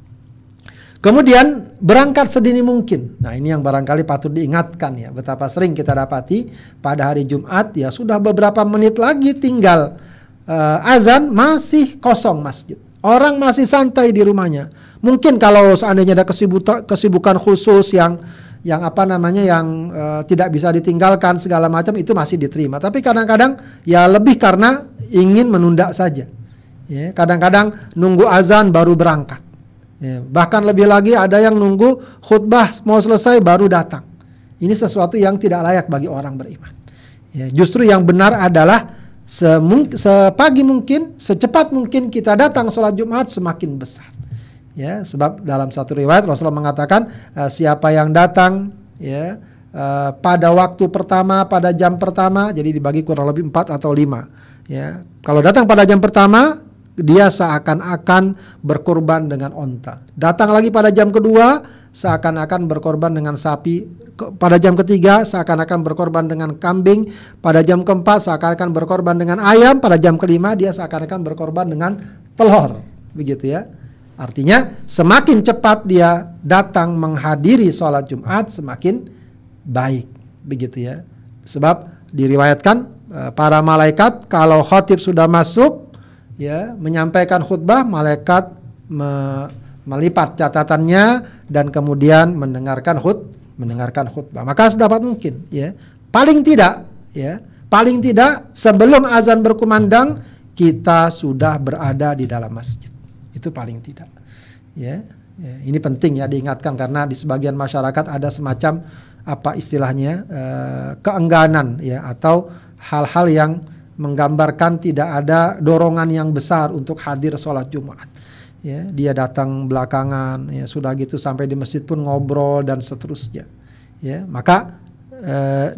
Kemudian berangkat sedini mungkin. Nah, ini yang barangkali patut diingatkan, ya. Betapa sering kita dapati pada hari Jumat, ya sudah beberapa menit lagi tinggal uh, azan, masih kosong masjid. Orang masih santai di rumahnya. Mungkin kalau seandainya ada kesibukan, kesibukan khusus yang yang apa namanya yang uh, tidak bisa ditinggalkan segala macam, itu masih diterima. Tapi kadang-kadang ya lebih karena ingin menunda saja. Ya, kadang-kadang nunggu azan baru berangkat. Ya, bahkan lebih lagi ada yang nunggu khutbah mau selesai baru datang. Ini sesuatu yang tidak layak bagi orang beriman. Ya, justru yang benar adalah semung- sepagi mungkin, secepat mungkin kita datang sholat Jumat semakin besar. Ya, sebab dalam satu riwayat Rasulullah mengatakan uh, siapa yang datang, ya, uh, pada waktu pertama, pada jam pertama, jadi dibagi kurang lebih empat atau lima. Ya, kalau datang pada jam pertama, dia seakan-akan berkorban dengan onta. Datang lagi pada jam kedua, seakan-akan berkorban dengan sapi. Pada jam ketiga, seakan-akan berkorban dengan kambing. Pada jam keempat, seakan-akan berkorban dengan ayam. Pada jam kelima, dia seakan-akan berkorban dengan telur. Begitu ya. Artinya, semakin cepat dia datang menghadiri sholat Jumat, semakin baik. Begitu ya. Sebab diriwayatkan para malaikat kalau khatib sudah masuk, ya, menyampaikan khutbah, malaikat me, melipat catatannya dan kemudian mendengarkan khut mendengarkan khutbah. Maka sedapat mungkin, ya, paling tidak, ya, paling tidak sebelum azan berkumandang kita sudah berada di dalam masjid. Itu paling tidak. Ya, ya, ini penting ya diingatkan karena di sebagian masyarakat ada semacam apa istilahnya eh, keengganan, ya, atau hal-hal yang menggambarkan tidak ada dorongan yang besar untuk hadir sholat Jumat. Ya, dia datang belakangan, ya, sudah gitu sampai di masjid pun ngobrol dan seterusnya. Ya, maka eh,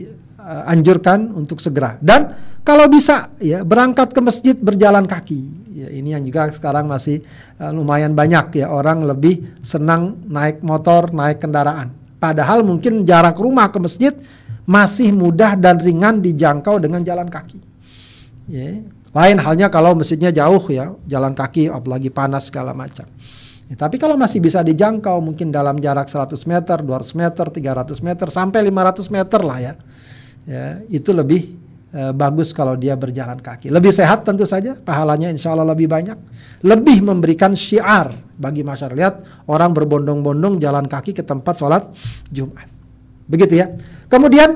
dianjurkan untuk segera. Dan kalau bisa, ya, berangkat ke masjid berjalan kaki. Ya, ini yang juga sekarang masih uh, lumayan banyak, ya, orang lebih senang naik motor, naik kendaraan. Padahal mungkin jarak rumah ke masjid masih mudah dan ringan dijangkau dengan jalan kaki. Ya. Lain halnya kalau masjidnya jauh, ya, jalan kaki apalagi panas segala macam. Ya, tapi kalau masih bisa dijangkau mungkin dalam jarak seratus meter, dua ratus meter, tiga ratus meter sampai lima ratus meter lah, ya. Ya, itu lebih uh, bagus kalau dia berjalan kaki. Lebih sehat tentu saja, pahalanya insya Allah lebih banyak. Lebih memberikan syiar bagi masyarakat. Lihat orang berbondong-bondong jalan kaki ke tempat sholat Jumat. Begitu ya. Kemudian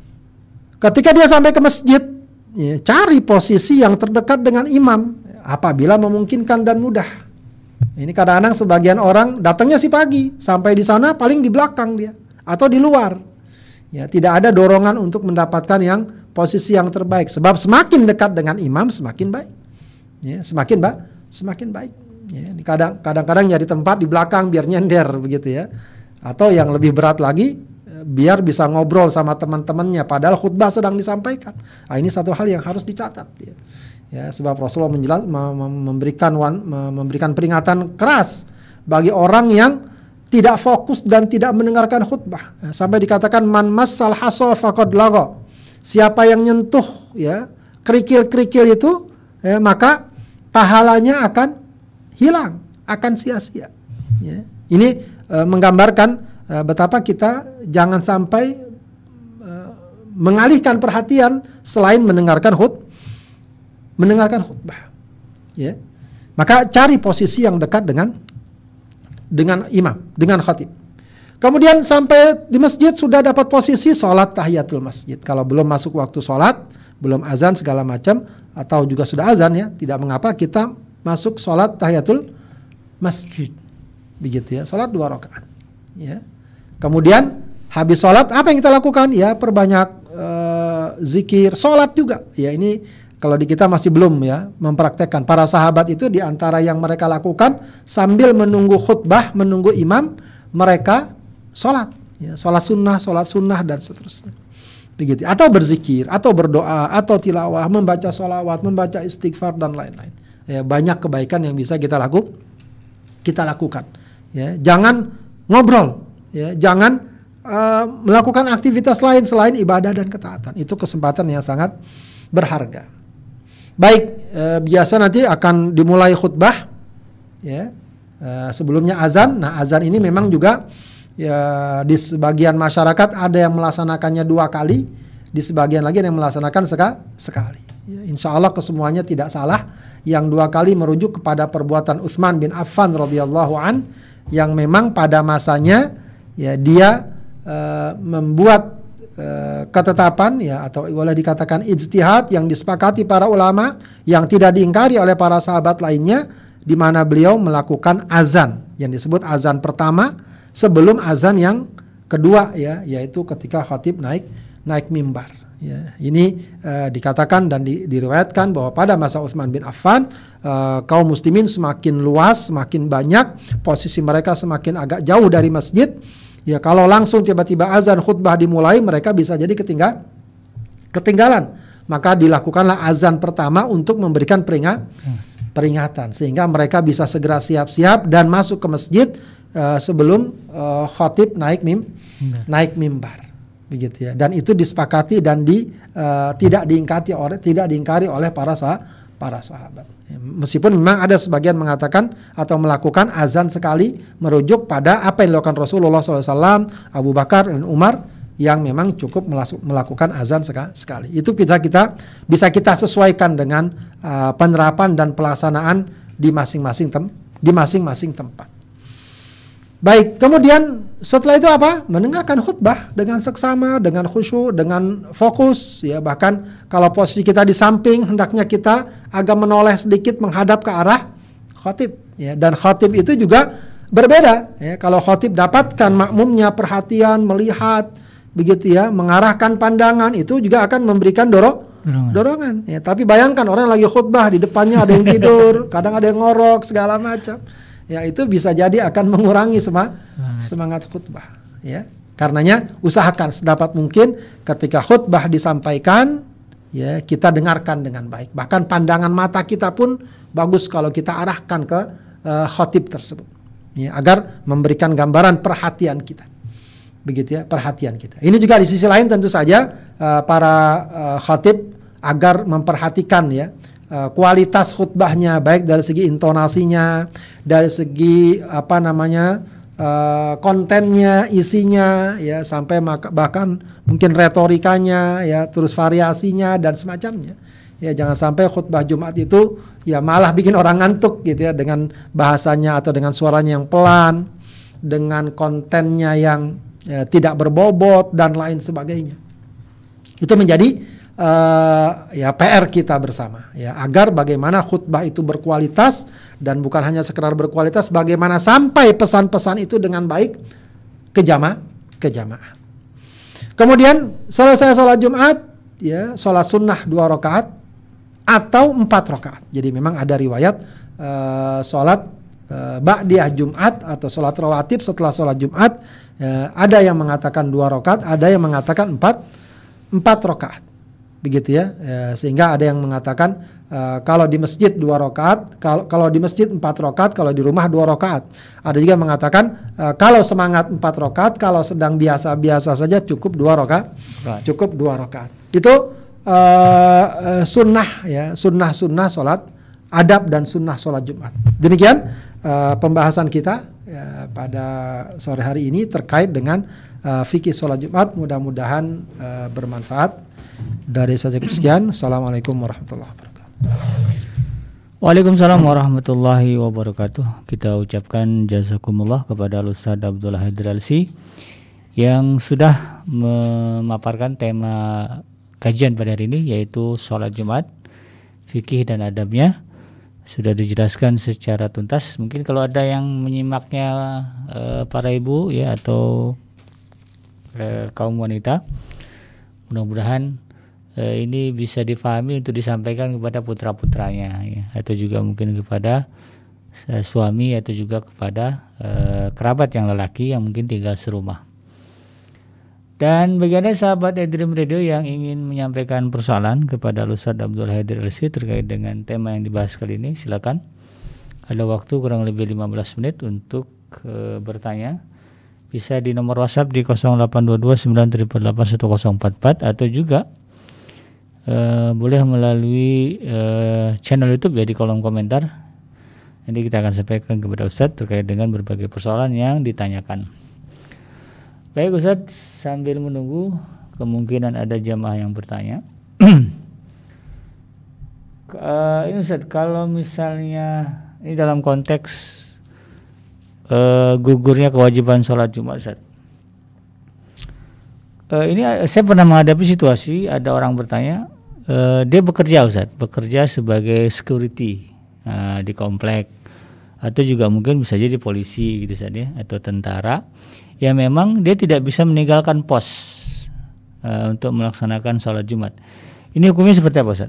ketika dia sampai ke masjid, ya, cari posisi yang terdekat dengan imam apabila memungkinkan dan mudah. Ini kadang-kadang sebagian orang datangnya si pagi, sampai di sana paling di belakang dia atau di luar. Ya, tidak ada dorongan untuk mendapatkan yang posisi yang terbaik. Sebab semakin dekat dengan imam semakin baik. Ya, semakin ba semakin baik. Ya, kadang kadang-kadang nyari tempat di belakang biar nyender begitu ya. Atau yang lebih berat lagi, biar bisa ngobrol sama teman-temannya padahal khutbah sedang disampaikan. Nah, ini satu hal yang harus dicatat, ya. Ya, sebab Rasulullah menjelas, memberikan memberikan peringatan keras bagi orang yang tidak fokus dan tidak mendengarkan khutbah. Sampai dikatakan man massal hasa faqad lagha. Siapa yang nyentuh, ya, kerikil-kerikil itu, ya, maka pahalanya akan hilang, akan sia-sia. Ya. Ini e, menggambarkan betapa kita jangan sampai uh, mengalihkan perhatian selain mendengarkan khut mendengarkan khutbah, ya. Maka cari posisi yang dekat dengan dengan imam, dengan khatib. Kemudian sampai di masjid sudah dapat posisi sholat tahiyatul masjid. Kalau belum masuk waktu sholat, belum azan segala macam, atau juga sudah azan, ya, tidak mengapa kita masuk sholat tahiyatul masjid, begitu ya, sholat dua rakaat, ya. Kemudian habis sholat apa yang kita lakukan? Ya, perbanyak uh, zikir, sholat juga. Ya, ini Kalau di kita masih belum ya mempraktekkan. Para sahabat itu di antara yang mereka lakukan sambil menunggu khutbah, menunggu imam, mereka sholat, ya, sholat sunnah, sholat sunnah dan seterusnya. Begitu. Atau berzikir, atau berdoa, atau tilawah, membaca sholawat, membaca istighfar dan lain-lain. Ya, banyak kebaikan yang bisa kita lakukan. Kita lakukan. Ya, jangan ngobrol, ya, jangan uh, melakukan aktivitas lain selain ibadah dan ketaatan. Itu kesempatan yang sangat berharga. Baik, e, biasa nanti akan dimulai khutbah, ya, e, sebelumnya azan. Nah, azan ini memang juga ya, di sebagian masyarakat ada yang melaksanakannya dua kali, di sebagian lagi yang melaksanakan seka, sekali. Ya, insya Allah kesemuanya tidak salah. Yang dua kali merujuk kepada perbuatan Utsman bin Affan radhiyallahu an, yang memang pada masanya ya dia e, membuat ketetapan ya, atau boleh dikatakan ijtihad yang disepakati para ulama, yang tidak diingkari oleh para sahabat lainnya, di mana beliau melakukan azan yang disebut azan pertama sebelum azan yang kedua, ya, yaitu ketika khatib naik naik mimbar, ya. Ini uh, dikatakan dan di, diriwayatkan bahwa pada masa Utsman bin Affan uh, kaum muslimin semakin luas, semakin banyak, posisi mereka semakin agak jauh dari masjid. Ya, kalau langsung tiba-tiba azan khutbah dimulai, mereka bisa jadi ketinggal, ketinggalan. Maka dilakukanlah azan pertama untuk memberikan peringat, peringatan, sehingga mereka bisa segera siap-siap dan masuk ke masjid uh, sebelum uh, khatib naik mim, naik mimbar, begitu ya. Dan itu disepakati dan di uh, tidak diingkari oleh tidak diingkari oleh para sah, para sahabat. Meskipun memang ada sebagian mengatakan atau melakukan azan sekali merujuk pada apa yang dilakukan Rasulullah shallallahu alaihi wasallam, Abu Bakar dan Umar, yang memang cukup melakukan azan sekali. Itu bisa kita bisa kita sesuaikan dengan uh, penerapan dan pelaksanaan di masing-masing tem di masing-masing tempat. Baik, kemudian setelah itu apa? Mendengarkan khutbah dengan seksama, dengan khusyuk, dengan fokus, ya. Bahkan kalau posisi kita di samping, hendaknya kita agak menoleh sedikit menghadap ke arah khatib, ya. Dan khatib itu juga berbeda, ya. Kalau khatib dapatkan makmumnya perhatian, melihat, begitu ya, mengarahkan pandangan, itu juga akan memberikan dorong, dorongan. dorongan, ya. Tapi bayangkan orang lagi khutbah, di depannya ada yang tidur, kadang ada yang ngorok, segala macam. Ya, itu bisa jadi akan mengurangi semangat, semangat khutbah, ya. Karenanya usahakan sedapat mungkin ketika khutbah disampaikan, ya, kita dengarkan dengan baik. Bahkan pandangan mata kita pun bagus kalau kita arahkan ke uh, khatib tersebut, ya, agar memberikan gambaran perhatian kita, begitu ya, perhatian kita. Ini juga di sisi lain tentu saja uh, para uh, khatib agar memperhatikan, ya, kualitas khutbahnya, baik dari segi intonasinya, dari segi apa namanya uh, kontennya, isinya, ya, sampai bahkan mungkin retorikanya, ya, terus variasinya dan semacamnya. Ya, jangan sampai khutbah Jumat itu ya malah bikin orang ngantuk, gitu ya, dengan bahasanya atau dengan suaranya yang pelan, dengan kontennya yang ya, tidak berbobot dan lain sebagainya. Itu menjadi Uh, ya P R kita bersama, ya, agar bagaimana khutbah itu berkualitas, dan bukan hanya sekedar berkualitas, bagaimana sampai pesan-pesan itu dengan baik ke jamaah, ke jamaah. Kemudian selesai sholat Jumat, ya, sholat sunnah dua rakaat atau empat rakaat. Jadi memang ada riwayat uh, sholat uh, ba'diyah Jumat atau sholat rawatib setelah sholat Jumat. Uh, ada yang mengatakan dua rakaat, ada yang mengatakan empat empat rakaat. Begitu ya, e, sehingga ada yang mengatakan e, kalau di masjid dua rakaat, kalau kalau di masjid empat rakaat, kalau di rumah dua rakaat. Ada juga mengatakan e, kalau semangat empat rakaat, kalau sedang biasa-biasa saja cukup dua rakaat, right. cukup dua rakaat. Itu e, e, sunnah, ya, sunnah-sunnah sholat adab dan sunnah sholat Jumat. Demikian e, pembahasan kita ya, pada sore hari ini terkait dengan e, fikih sholat Jumat. Mudah-mudahan e, bermanfaat. Dari saya sekian. Assalamualaikum warahmatullahi wabarakatuh. Waalaikumsalam warahmatullahi wabarakatuh. Kita ucapkan jazakumullah kepada Ustaz Abdullah Haidir Alsi yang sudah memaparkan tema kajian pada hari ini, yaitu sholat Jumat, fikih dan adabnya. Sudah dijelaskan secara tuntas. Mungkin kalau ada yang menyimaknya eh, para ibu, ya, atau eh, kaum wanita, mudah-mudahan eh, ini bisa difahami untuk disampaikan kepada putra-putranya ya, atau juga mungkin kepada eh, suami atau juga kepada eh, kerabat yang lelaki yang mungkin tinggal serumah. Dan bagi Anda sahabat iDream Radio yang ingin menyampaikan persoalan kepada Ustadz Abdul Haidir L C terkait dengan tema yang dibahas kali ini, silakan. Ada waktu kurang lebih lima belas menit untuk e, bertanya. Bisa di nomor WhatsApp di nol delapan dua dua sembilan delapan delapan satu nol empat empat atau juga e, boleh melalui e, channel YouTube ya di kolom komentar. Nanti kita akan sampaikan kepada Ustadz terkait dengan berbagai persoalan yang ditanyakan. Baik Ustadz, sambil menunggu kemungkinan ada jamaah yang bertanya. uh, ini Ustadz, kalau misalnya ini dalam konteks uh, gugurnya kewajiban sholat Jumat Ustadz. Uh, ini saya pernah menghadapi situasi ada orang bertanya, uh, dia bekerja Ustadz, bekerja sebagai security uh, di komplek atau juga mungkin bisa jadi polisi gitu saja atau tentara. Ya memang dia tidak bisa meninggalkan pos uh, untuk melaksanakan sholat Jumat. Ini hukumnya seperti apa Ustaz?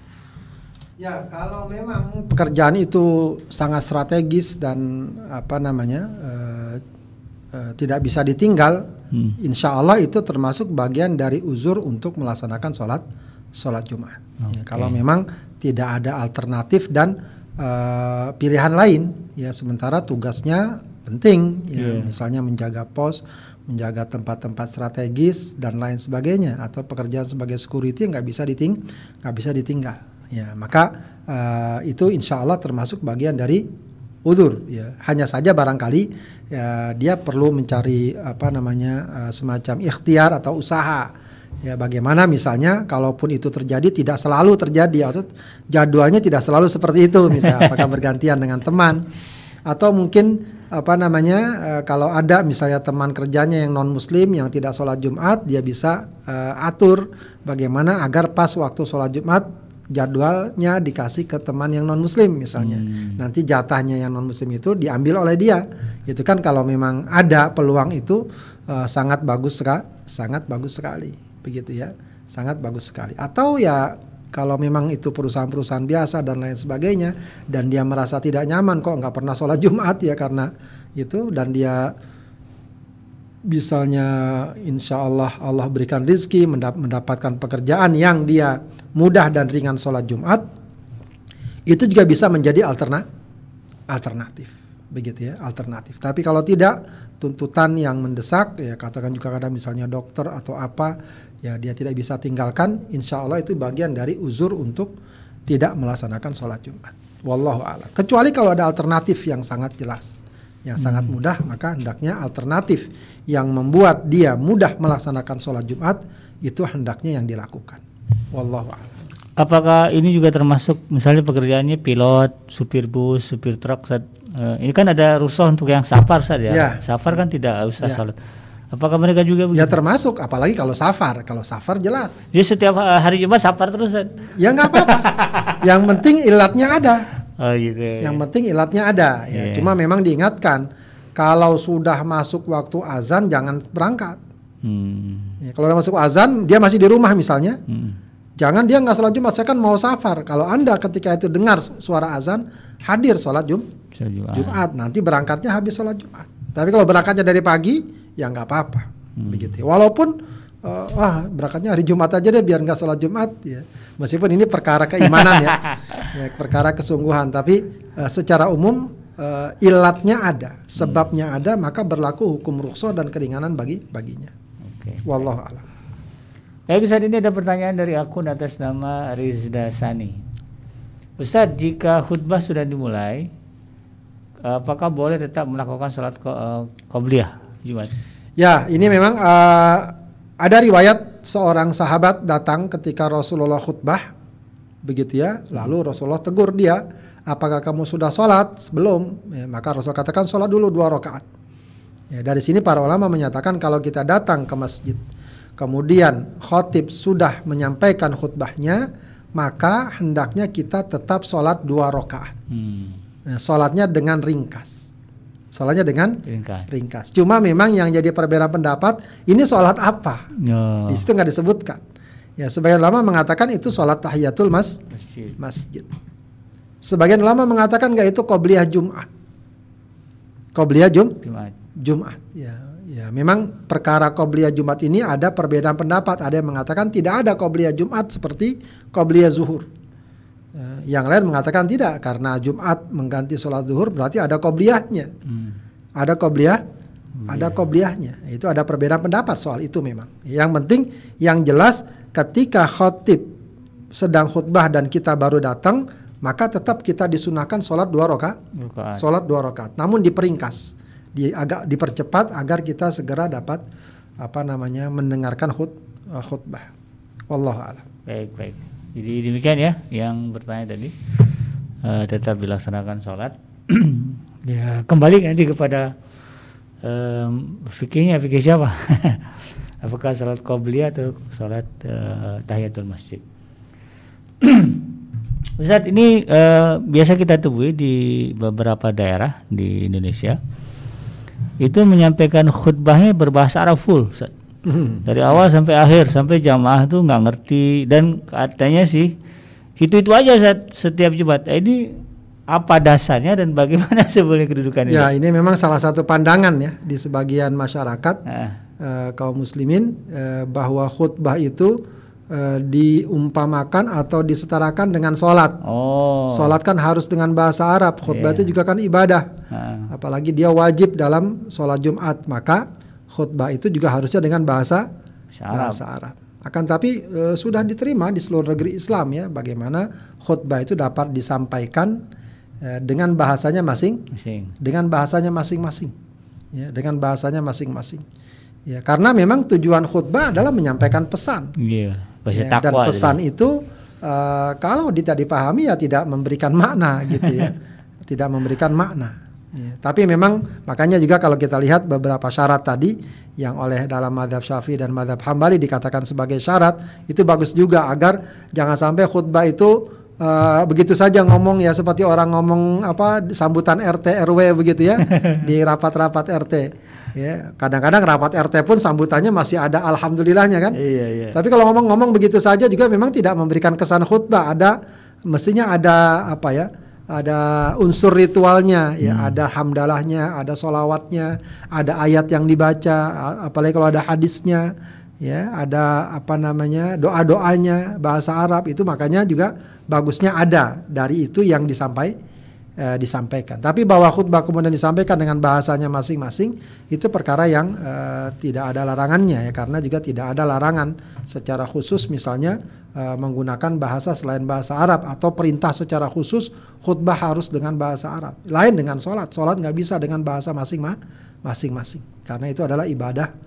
Ya kalau memang pekerjaan itu sangat strategis dan apa namanya uh, uh, tidak bisa ditinggal, hmm. insya Allah itu termasuk bagian dari uzur untuk melaksanakan sholat sholat Jumat. Okay. Ya, kalau memang tidak ada alternatif dan uh, pilihan lain, ya sementara tugasnya penting ya, yeah. misalnya menjaga pos, menjaga tempat-tempat strategis dan lain sebagainya, atau pekerjaan sebagai security nggak bisa diting nggak bisa ditinggal ya, maka uh, itu insya Allah termasuk bagian dari udzur ya. Hanya saja barangkali ya, dia perlu mencari apa namanya uh, semacam ikhtiar atau usaha ya, bagaimana misalnya kalaupun itu terjadi tidak selalu terjadi atau jadwalnya tidak selalu seperti itu, misalnya apakah bergantian dengan teman atau mungkin apa namanya uh, kalau ada misalnya teman kerjanya yang non muslim yang tidak sholat Jumat, dia bisa uh, atur bagaimana agar pas waktu sholat Jumat jadwalnya dikasih ke teman yang non muslim misalnya, hmm. nanti jatahnya yang non muslim itu diambil oleh dia. Itu kan kalau memang ada peluang itu uh, sangat bagus sekali, sangat bagus sekali begitu ya, sangat bagus sekali. Atau ya kalau memang itu perusahaan-perusahaan biasa dan lain sebagainya, dan dia merasa tidak nyaman kok nggak pernah sholat Jumat ya karena itu, dan dia misalnya insya Allah Allah berikan rezeki mendapatkan pekerjaan yang dia mudah dan ringan sholat Jumat, itu juga bisa menjadi alterna, alternatif begitu ya, alternatif. Tapi kalau tidak, tuntutan yang mendesak ya, katakan juga kadang misalnya dokter atau apa ya, dia tidak bisa tinggalkan, insya Allah itu bagian dari uzur untuk tidak melaksanakan sholat Jumat. Wallahu a'lam. Kecuali kalau ada alternatif yang sangat jelas, yang hmm. sangat mudah, maka hendaknya alternatif yang membuat dia mudah melaksanakan sholat Jumat itu hendaknya yang dilakukan. Wallahu a'lam. Apakah ini juga termasuk misalnya pekerjaannya pilot, supir bus, supir truk? Uh, ini kan ada rukhsah untuk yang safar saja. Ya. Safar kan tidak usah ya. Sholat. Apakah mereka juga begitu? Ya termasuk, apalagi kalau safar. Kalau safar jelas. Dia setiap hari Jumat safar terus. Ya nggak apa-apa. Yang penting ilatnya ada. Oh gitu. Yang penting ilatnya ada. Ya. Yeah. Cuma memang diingatkan, kalau sudah masuk waktu azan jangan berangkat. Hmm. Ya, kalau udah masuk azan, dia masih di rumah misalnya. Hmm. Jangan dia nggak sholat Jumat. Saya kan mau safar. Kalau Anda ketika itu dengar suara azan, hadir sholat Jum Jumat. Jumat. Nanti berangkatnya habis sholat Jumat. Tapi kalau berangkatnya dari pagi, ya nggak apa-apa, hmm. begitu. Walaupun uh, wah berangkatnya hari Jumat aja deh biar nggak sholat Jumat, ya. Meskipun ini perkara keimanan ya, ya perkara kesungguhan. Tapi uh, secara umum uh, ilatnya ada, sebabnya hmm. ada, maka berlaku hukum rukhsah dan keringanan bagi baginya. Okay. Wallahu a'lam. Baik, saat ini ada pertanyaan dari akun atas nama Rizda Sani. Ustadz, jika khutbah sudah dimulai, apakah boleh tetap melakukan sholat qobliyah Jumat? Ya, ini memang uh, ada riwayat seorang sahabat datang ketika Rasulullah khutbah, begitu ya. Lalu Rasulullah tegur dia, apakah kamu sudah sholat sebelum? Ya, maka Rasulullah katakan sholat dulu dua rakaat. Ya, dari sini para ulama menyatakan kalau kita datang ke masjid, kemudian khotib sudah menyampaikan khutbahnya, maka hendaknya kita tetap sholat dua rakaat. Hmm. Nah, sholatnya dengan ringkas. Sholatnya dengan ringkas. ringkas. Cuma memang yang jadi perbedaan pendapat, ini sholat apa? No. Di situ nggak disebutkan. Ya, sebagian ulama mengatakan itu sholat tahiyatul mas Masjid. masjid. Sebagian ulama mengatakan enggak, itu qobliyah Jumat. Qobliyah Jum Jumat. Jumat. Ya, ya memang perkara qobliyah Jumat ini ada perbedaan pendapat. Ada yang mengatakan tidak ada qobliyah Jumat seperti qobliyah zuhur. Ya, yang lain mengatakan tidak, karena Jumat mengganti sholat zuhur berarti ada qobliyahnya. Hmm. Ada qobliyah, ada qobliyahnya. Itu ada perbedaan pendapat soal itu memang. Yang penting yang jelas ketika khotib sedang khutbah dan kita baru datang, maka tetap kita disunahkan sholat dua rakaat. Sholat dua rakaat. Namun diperingkas, di, agak dipercepat agar kita segera dapat apa namanya mendengarkan khut, uh, khutbah. Wallahu a'lam. Baik, baik. Jadi demikian ya yang bertanya tadi. Uh, tetap dilaksanakan sholat. Ya, kembali nanti kepada um, fikihnya, fikih siapa? Apakah sholat qobliyah atau sholat uh, tahiyatul masjid? Ustaz, ini uh, biasa kita temui di beberapa daerah di Indonesia itu menyampaikan khutbahnya berbahasa Arab full, Ustaz. Dari awal sampai akhir, sampai jamaah tuh nggak ngerti, dan katanya sih itu-itu aja Ustaz, setiap Jumat. Eh, ini apa dasarnya dan bagaimana sebenarnya kedudukan ini? Ya, ini memang salah satu pandangan ya di sebagian masyarakat ah. uh, kaum muslimin uh, bahwa khutbah itu uh, diumpamakan atau disetarakan dengan sholat. Oh. Sholat kan harus dengan bahasa Arab, khutbah Yeah. itu juga kan ibadah. Ah. Apalagi dia wajib dalam sholat Jumat, maka khutbah itu juga harusnya dengan bahasa Arab. bahasa Arab. Akan tapi uh, sudah diterima di seluruh negeri Islam ya, bagaimana khutbah itu dapat disampaikan uh, dengan bahasanya masing, Masing. dengan bahasanya masing-masing, ya, dengan bahasanya masing-masing. Ya, karena memang tujuan khutbah adalah menyampaikan pesan. Iya, bahasa Ya, takwa. dan pesan jadi. itu uh, kalau tidak dipahami ya tidak memberikan makna gitu ya, tidak memberikan makna. Ya, tapi memang makanya juga kalau kita lihat beberapa syarat tadi yang oleh dalam mazhab Syafi'i dan mazhab Hambali dikatakan sebagai syarat, itu bagus juga agar jangan sampai khutbah itu uh, begitu saja ngomong ya seperti orang ngomong apa sambutan R T R W begitu ya di rapat-rapat R T. Ya, kadang-kadang rapat R T pun sambutannya masih ada alhamdulillahnya kan. Iya, iya. Tapi kalau ngomong-ngomong begitu saja juga memang tidak memberikan kesan khutbah. Ada mestinya ada apa ya? Ada unsur ritualnya, ya, hmm. ada hamdalahnya, ada solawatnya, ada ayat yang dibaca, apalagi kalau ada hadisnya, ya, ada apa namanya doa-doanya bahasa Arab itu, makanya juga bagusnya ada dari itu yang disampai, eh, disampaikan. Tapi bahwa khutbah kemudian disampaikan dengan bahasanya masing-masing itu perkara yang eh, tidak ada larangannya ya, karena juga tidak ada larangan secara khusus misalnya menggunakan bahasa selain bahasa Arab atau perintah secara khusus khutbah harus dengan bahasa Arab. Lain dengan sholat, sholat nggak bisa dengan bahasa masing-masing, karena itu adalah ibadah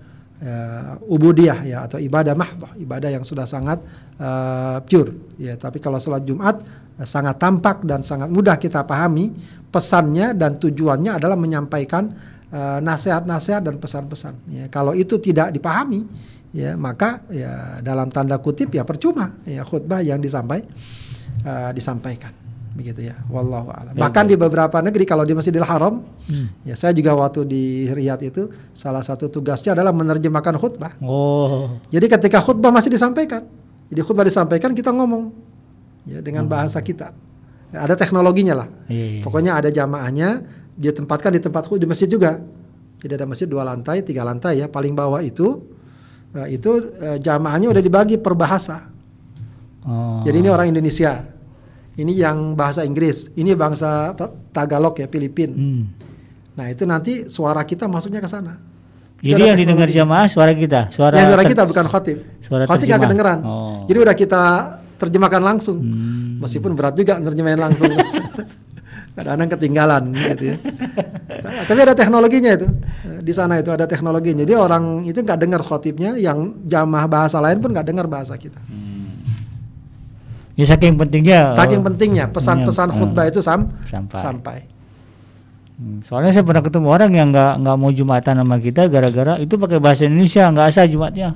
uh, ubudiyah ya, atau ibadah mahdoh, ibadah yang sudah sangat uh, pure. Ya, tapi kalau sholat Jumat uh, sangat tampak dan sangat mudah kita pahami pesannya dan tujuannya adalah menyampaikan uh, nasihat-nasihat dan pesan-pesan. Ya, kalau itu tidak dipahami, ya maka ya dalam tanda kutip ya percuma ya khutbah yang disampai uh, disampaikan begitu ya, wallahu a'lam. Bahkan di beberapa negeri kalau di Masjidil Haram, hmm. ya saya juga waktu di Riyadh itu salah satu tugasnya adalah menerjemahkan khutbah. Oh. Jadi ketika khutbah masih disampaikan, jadi khutbah disampaikan kita ngomong ya dengan hmm. bahasa kita. Ya, ada teknologinya lah. Iya, iya. Pokoknya ada jamaahnya, dia tempatkan di tempat khutbah di masjid juga. Jadi ada masjid dua lantai, tiga lantai ya, paling bawah itu Uh, itu uh, jamaahnya udah dibagi per bahasa. Oh. Jadi ini orang Indonesia, ini yang bahasa Inggris, ini bangsa Tagalog ya, Filipin. Hmm. Nah itu nanti suara kita masuknya ke sana. Jadi yang didengar jamaah suara kita, suara, ya, suara kita bukan khotib. Khotib nggak kedengeran. Oh. Jadi udah kita terjemahkan langsung, hmm. meskipun berat juga nerjemahin langsung. Kadang-kadang ketinggalan gitu ya. Tapi ada teknologinya itu. Di sana itu ada teknologinya. Jadi orang itu nggak dengar khotibnya, yang jamaah bahasa lain pun nggak dengar bahasa kita. Hmm. Ya saking pentingnya. Saking pentingnya pesan-pesan khutbah itu sam sampai. sampai. Hmm, soalnya saya pernah ketemu orang yang nggak nggak mau jumatan sama kita gara-gara itu pakai bahasa Indonesia, nggak asal Jumatnya.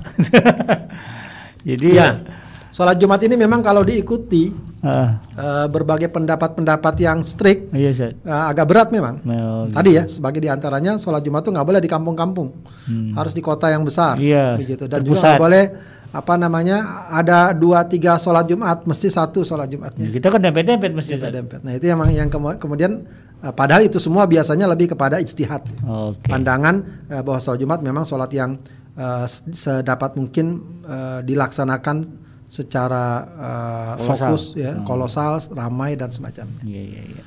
Jadi ya. Sholat Jumat ini memang kalau diikuti uh. Uh, berbagai pendapat-pendapat yang strict, iya, uh, agak berat memang. Oh, Tadi gitu. Ya, sebagai diantaranya sholat Jumat itu nggak boleh di kampung-kampung, hmm. harus di kota yang besar, iya, begitu. Dan juga nggak boleh apa namanya ada dua tiga sholat Jumat mesti satu sholat Jumatnya. Kita kan dempet-dempet mesti. Dempet-dempet. Nah itu yang yang kemudian uh, padahal itu semua biasanya lebih kepada ijtihad. Okay. Pandangan uh, bahwa sholat Jumat memang sholat yang uh, sedapat mungkin uh, dilaksanakan secara uh, fokus, ya, hmm. kolosal, ramai dan semacamnya. Iya iya iya.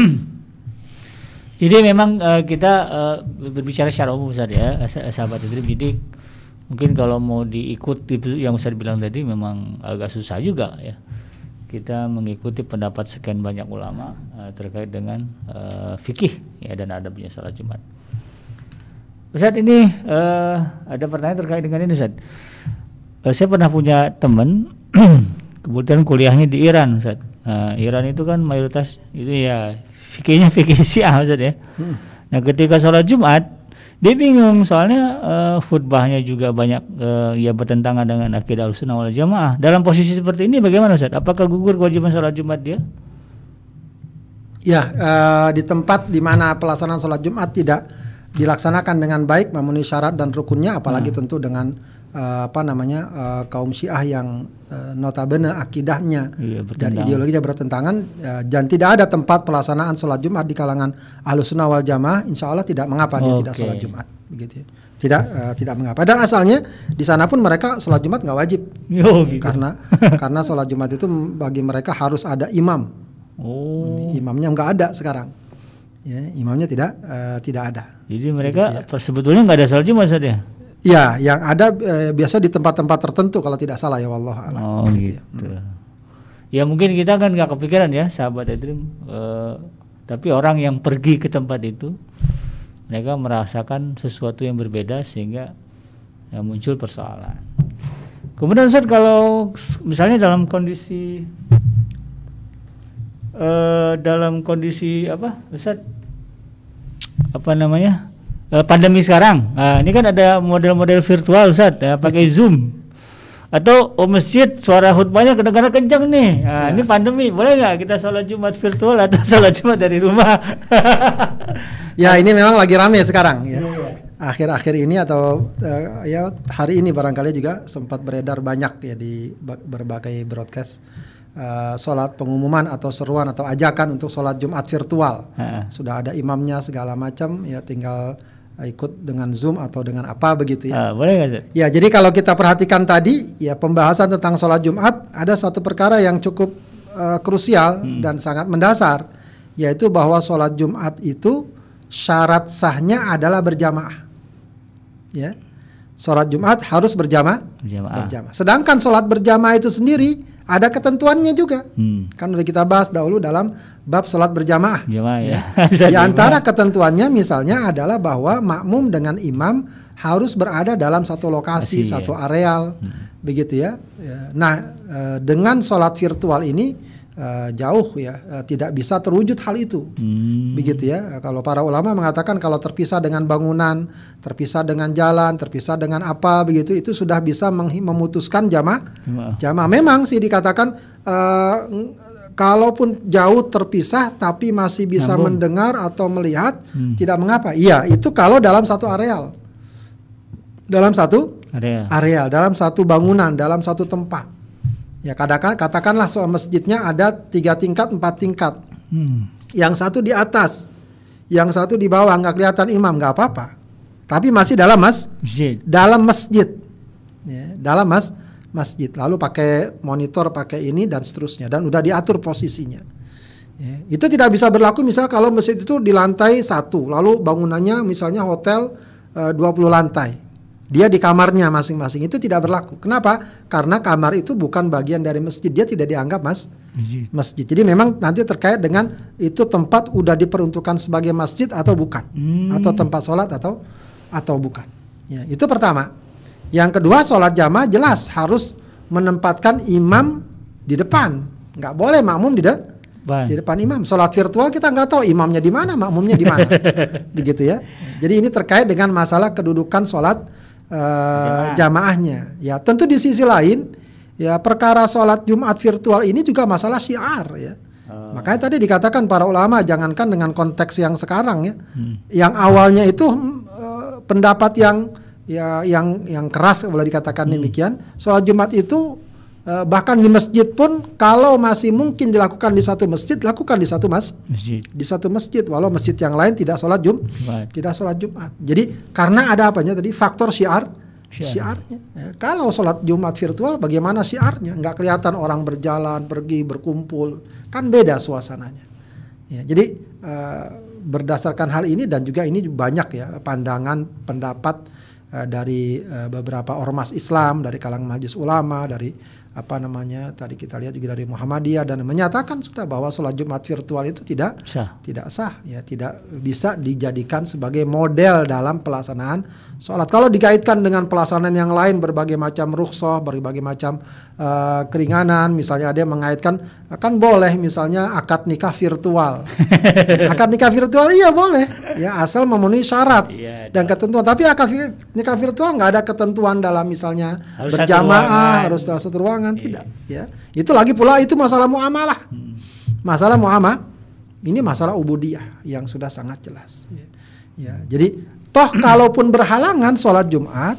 Jadi memang uh, kita uh, berbicara secara umum Ustaz ya, sahabat Idrim. Jadi mungkin kalau mau diikuti itu yang Ustaz bilang tadi memang agak susah juga ya. Kita mengikuti pendapat sekian banyak ulama uh, terkait dengan uh, fikih ya dan adabnya salat Jumat. Ustaz ini uh, ada pertanyaan terkait dengan ini Ustaz. Uh, saya pernah punya teman kemudian kuliahnya di Iran Ustaz. Uh, Iran itu kan mayoritas itu ya fikihnya fikih Syiah Ustaz ya. Hmm. Nah, ketika sholat Jumat dia bingung soalnya uh, khutbahnya juga banyak uh, ya bertentangan dengan akidah Ahlussunnah wal Jamaah. Dalam posisi seperti ini bagaimana Ustaz? Apakah gugur kewajiban sholat Jumat dia? Ya, uh, di tempat di mana pelaksanaan sholat Jumat tidak dilaksanakan dengan baik memenuhi syarat dan rukunnya, apalagi hmm. tentu dengan uh, apa namanya uh, kaum Syiah yang uh, notabene akidahnya iya, dan ideologinya bertentangan, uh, dan tidak ada tempat pelaksanaan sholat Jumat di kalangan Ahlussunnah wal Jamaah, insya Allah tidak mengapa dia okay. tidak sholat Jumat, begitu ya. Tidak uh, tidak mengapa. Dan asalnya di sana pun mereka sholat Jumat nggak wajib, Yo, gitu. karena karena sholat Jumat itu bagi mereka harus ada imam. Oh. Imamnya nggak ada sekarang. Ya, imamnya tidak uh, tidak ada. Jadi mereka gitu, ya. Sebetulnya nggak ada sholat Jumat saja. Ya, yang ada e, biasa di tempat-tempat tertentu kalau tidak salah ya, wallahu a'lam. Oh gitu. gitu. Ya. Ya mungkin kita kan nggak kepikiran ya, sahabat Idrim. E, tapi orang yang pergi ke tempat itu, mereka merasakan sesuatu yang berbeda sehingga ya, muncul persoalan. Kemudian Ustaz, kalau misalnya dalam kondisi e, dalam kondisi apa, Ustaz? Apa namanya? Pandemi sekarang, nah, ini kan ada model-model virtual Ustaz, ya, pakai Zoom atau oh, masjid suara khutbahnya kadang-kadang kencang nih, nah, ya. Ini pandemi, boleh nggak kita sholat Jumat virtual atau sholat Jumat dari rumah? Ya ini memang lagi rame sekarang ya, akhir-akhir ini atau uh, ya hari ini barangkali juga sempat beredar banyak ya di berbagai broadcast. Uh, sholat pengumuman atau seruan atau ajakan untuk sholat Jumat virtual, ha. Sudah ada imamnya segala macam, ya tinggal ikut dengan Zoom atau dengan apa begitu ya. Ah, boleh nggak? Ya, jadi kalau kita perhatikan tadi ya pembahasan tentang sholat Jumat, ada satu perkara yang cukup uh, krusial hmm. dan sangat mendasar, yaitu bahwa sholat Jumat itu syarat sahnya adalah berjamaah. Ya, sholat Jumat harus berjamaah. Berjamaah. berjamaah. Sedangkan sholat berjamaah itu sendiri ada ketentuannya juga. Hmm. Kan udah kita bahas dahulu dalam bab sholat berjamaah. Jamaah, ya. Ya. Di antara ketentuannya misalnya adalah bahwa makmum dengan imam harus berada dalam satu lokasi, Masih, satu ya. areal, hmm. begitu ya. Nah, dengan sholat virtual ini uh, jauh ya, uh, tidak bisa terwujud hal itu, hmm. begitu ya. Kalau para ulama mengatakan kalau terpisah dengan bangunan, terpisah dengan jalan, terpisah dengan apa begitu, itu sudah bisa memutuskan jamaah. Jamaah memang sih dikatakan uh, kalaupun jauh terpisah tapi masih bisa Nyambung. mendengar atau melihat, hmm. tidak mengapa. Iya, itu kalau dalam satu areal, dalam satu areal, areal dalam satu bangunan, dalam satu tempat. Ya katakan, katakanlah soal masjidnya ada tiga tingkat, empat tingkat. Hmm. Yang satu di atas, yang satu di bawah, nggak kelihatan imam, nggak apa-apa. Tapi masih dalam mas, masjid. dalam masjid, ya, dalam mas, masjid. Lalu pakai monitor, pakai ini dan seterusnya, dan udah diatur posisinya. Ya, itu tidak bisa berlaku misalnya kalau masjid itu di lantai satu, lalu bangunannya misalnya hotel e, dua puluh lantai. Dia di kamarnya masing-masing, itu tidak berlaku. Kenapa? Karena kamar itu bukan bagian dari masjid, dia tidak dianggap mas masjid. Jadi memang nanti terkait dengan itu tempat udah diperuntukkan sebagai masjid atau bukan, hmm. atau tempat sholat atau atau bukan. Ya, itu pertama. Yang kedua, sholat jamaah jelas harus menempatkan imam di depan, nggak boleh makmum di depan. Di depan imam. Sholat virtual kita nggak tahu imamnya di mana, makmumnya di mana, begitu ya. Jadi ini terkait dengan masalah kedudukan sholat uh, jamaahnya. Ya tentu di sisi lain, ya perkara sholat Jumat virtual ini juga masalah syiar ya. Uh. Makanya tadi dikatakan para ulama jangankan dengan konteks yang sekarang ya, hmm. yang awalnya itu uh, pendapat yang ya yang yang keras boleh dikatakan hmm. demikian. Sholat Jumat itu uh, bahkan di masjid pun kalau masih mungkin dilakukan di satu masjid, lakukan di satu mas masjid. Di satu masjid, walau masjid yang lain tidak sholat Jum, Jumat. tidak sholat Jumat. Jadi karena ada apanya tadi faktor syiar, syiar. syiarnya. Ya, kalau sholat Jumat virtual, bagaimana syiarnya? Nggak kelihatan orang berjalan, pergi, berkumpul, kan beda suasananya. Ya, jadi uh, berdasarkan hal ini dan juga ini banyak ya pandangan pendapat uh, dari uh, beberapa ormas Islam, dari kalangan majelis ulama, dari apa namanya tadi kita lihat juga dari Muhammadiyah, dan menyatakan sudah bahwa sholat Jumat virtual itu tidak sah. tidak sah ya, tidak bisa dijadikan sebagai model dalam pelaksanaan sholat. Kalau dikaitkan dengan pelaksanaan yang lain, berbagai macam rukhsah, berbagai macam uh, keringanan, misalnya ada yang mengaitkan kan boleh misalnya akad nikah virtual. Akad nikah virtual iya boleh ya, asal memenuhi syarat iya, dan ketentuan. Tapi akad nikah virtual nggak ada ketentuan dalam misalnya harus berjamaah, harus dalam satu ruangan. Tidak ya, itu lagi pula itu masalah muamalah, masalah muamalah ini masalah ubudiyah yang sudah sangat jelas ya, ya. Jadi toh kalaupun berhalangan sholat Jumat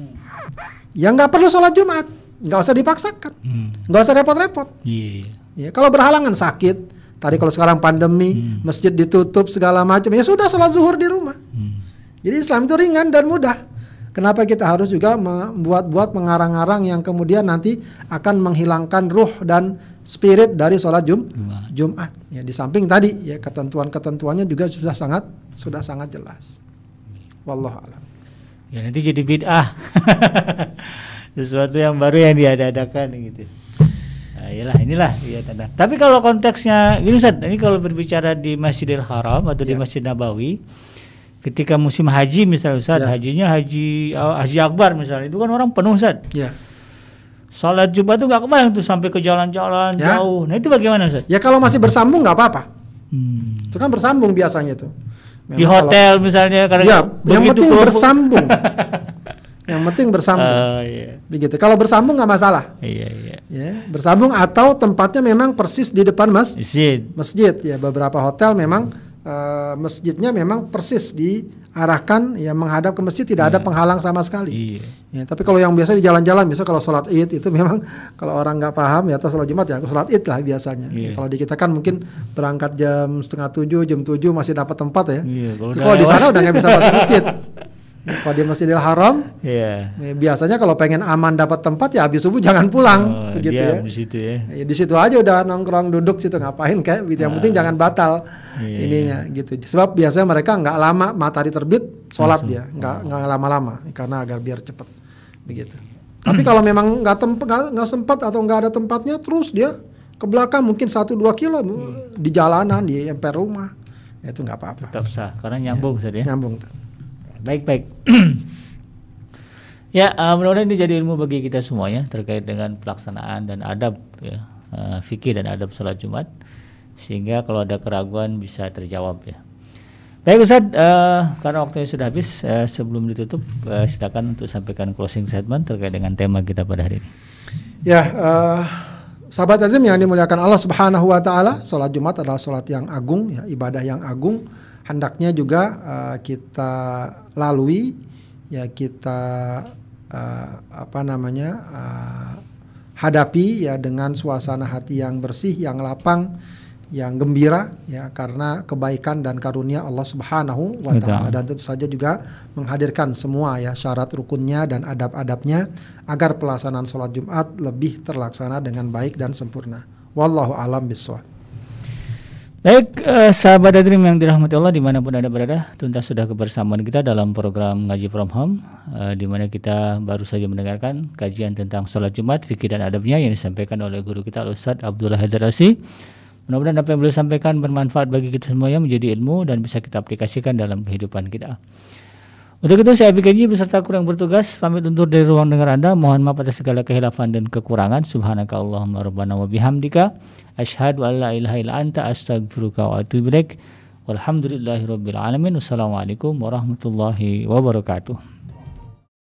ya nggak perlu sholat Jumat, nggak usah dipaksakan, nggak usah repot-repot ya. Kalau berhalangan sakit tadi, kalau sekarang pandemi masjid ditutup segala macam, ya sudah sholat zuhur di rumah. Jadi Islam itu ringan dan mudah. Kenapa kita harus juga membuat-buat mengarang-arang yang kemudian nanti akan menghilangkan ruh dan spirit dari sholat Jum, Jumat. Ya, di samping tadi ya ketentuan-ketentuannya juga sudah sangat sudah sangat jelas. Wallahu a'lam. Ya nanti jadi bid'ah. Sesuatu yang baru yang diadakan gitu. Nah, iyalah inilah ya tanda. Tapi kalau konteksnya ini Ustaz, ini kalau berbicara di Masjidil Haram atau ya. di Masjid Nabawi, ketika musim haji misalnya Ustaz, ya. hajinya haji uh, haji akbar misalnya, itu kan orang penuh Ustaz. Ya. Salat Jumat itu nggak kebayang tuh sampai ke jalan-jalan ya. jauh. Nah itu bagaimana Ustaz? Ya kalau masih bersambung nggak apa-apa. Hmm. Itu kan bersambung biasanya tuh. Memang di hotel kalau, misalnya karena ya, yang penting kelompok. bersambung. Yang penting bersambung. Uh, iya. Begitu. Kalau bersambung nggak masalah. Iya iya. Ya, bersambung atau tempatnya memang persis di depan mas masjid. Masjid ya, beberapa hotel memang Uh, masjidnya memang persis diarahkan ya menghadap ke masjid, tidak yeah. ada penghalang sama sekali. Yeah. Ya, tapi kalau yang biasa di jalan-jalan, biasa kalau sholat Id itu memang kalau orang nggak paham ya atau sholat Jumat ya sholat Id lah biasanya. Yeah. Ya, kalau di kita kan mungkin berangkat jam setengah tujuh, jam tujuh masih dapat tempat ya. Yeah, kalau kalau di sana udah nggak bisa masuk masjid. Ya, kalau di Masjidil Haram, yeah. ya, biasanya kalau pengen aman dapat tempat ya habis subuh jangan pulang, oh, begitu ya. Di situ ya. Ya. Di situ aja udah nongkrong duduk situ ngapain kayak, gitu. Yang ah. penting jangan batal yeah, ininya, yeah. gitu. Sebab biasanya mereka nggak lama matahari terbit sholat dia, nggak nggak lama-lama karena agar biar cepat, begitu. Tapi kalau memang nggak tempat nggak sempat atau nggak ada tempatnya, terus dia ke belakang mungkin satu dua kilo hmm. di jalanan di emper rumah, ya, itu nggak apa-apa. Tetap sah karena nyambung ya, ya. Nyambung. Baik-baik. Ya, uh, mudah-mudahan ini jadi ilmu bagi kita semuanya terkait dengan pelaksanaan dan adab ya, uh, fikih dan adab sholat Jumat, sehingga kalau ada keraguan bisa terjawab ya. Baik Ustaz, uh, karena waktunya sudah habis, uh, sebelum ditutup uh, silakan untuk sampaikan closing statement terkait dengan tema kita pada hari ini. Ya, uh, sahabat Azim yang dimuliakan Allah Subhanahu wa taala, sholat Jumat adalah sholat yang agung ya, ibadah yang agung. Hendaknya juga uh, kita lalui ya, kita uh, apa namanya uh, hadapi ya dengan suasana hati yang bersih, yang lapang, yang gembira ya, karena kebaikan dan karunia Allah Subhanahu wa taala. Dan tentu saja juga menghadirkan semua ya syarat rukunnya dan adab-adabnya agar pelaksanaan sholat Jumat lebih terlaksana dengan baik dan sempurna. Wallahu a'lam bishawab. Baik, eh, sahabat Adrim yang dirahmati Allah dimanapun Anda berada, tuntas sudah kebersamaan kita dalam program Ngaji From Home, eh, di mana kita baru saja mendengarkan kajian tentang sholat Jumat, fikih dan adabnya yang disampaikan oleh guru kita Al-Ustaz Abdullah Haidar Asy. Mudah-mudahan apa yang beliau sampaikan bermanfaat bagi kita semuanya, menjadi ilmu dan bisa kita aplikasikan dalam kehidupan kita. Untuk itu saya Abi Kaji beserta kru yang bertugas pamit undur dari ruang dengar Anda. Mohon maaf atas segala kehilafan dan kekurangan. Subhanaka Allahumma rabbana wa bihamdika asyhadu an la ilaha illa anta astaghfiruka wa atubu ilaik. Walhamdulillahirabbil alamin. Wassalamualaikum warahmatullahi wabarakatuh.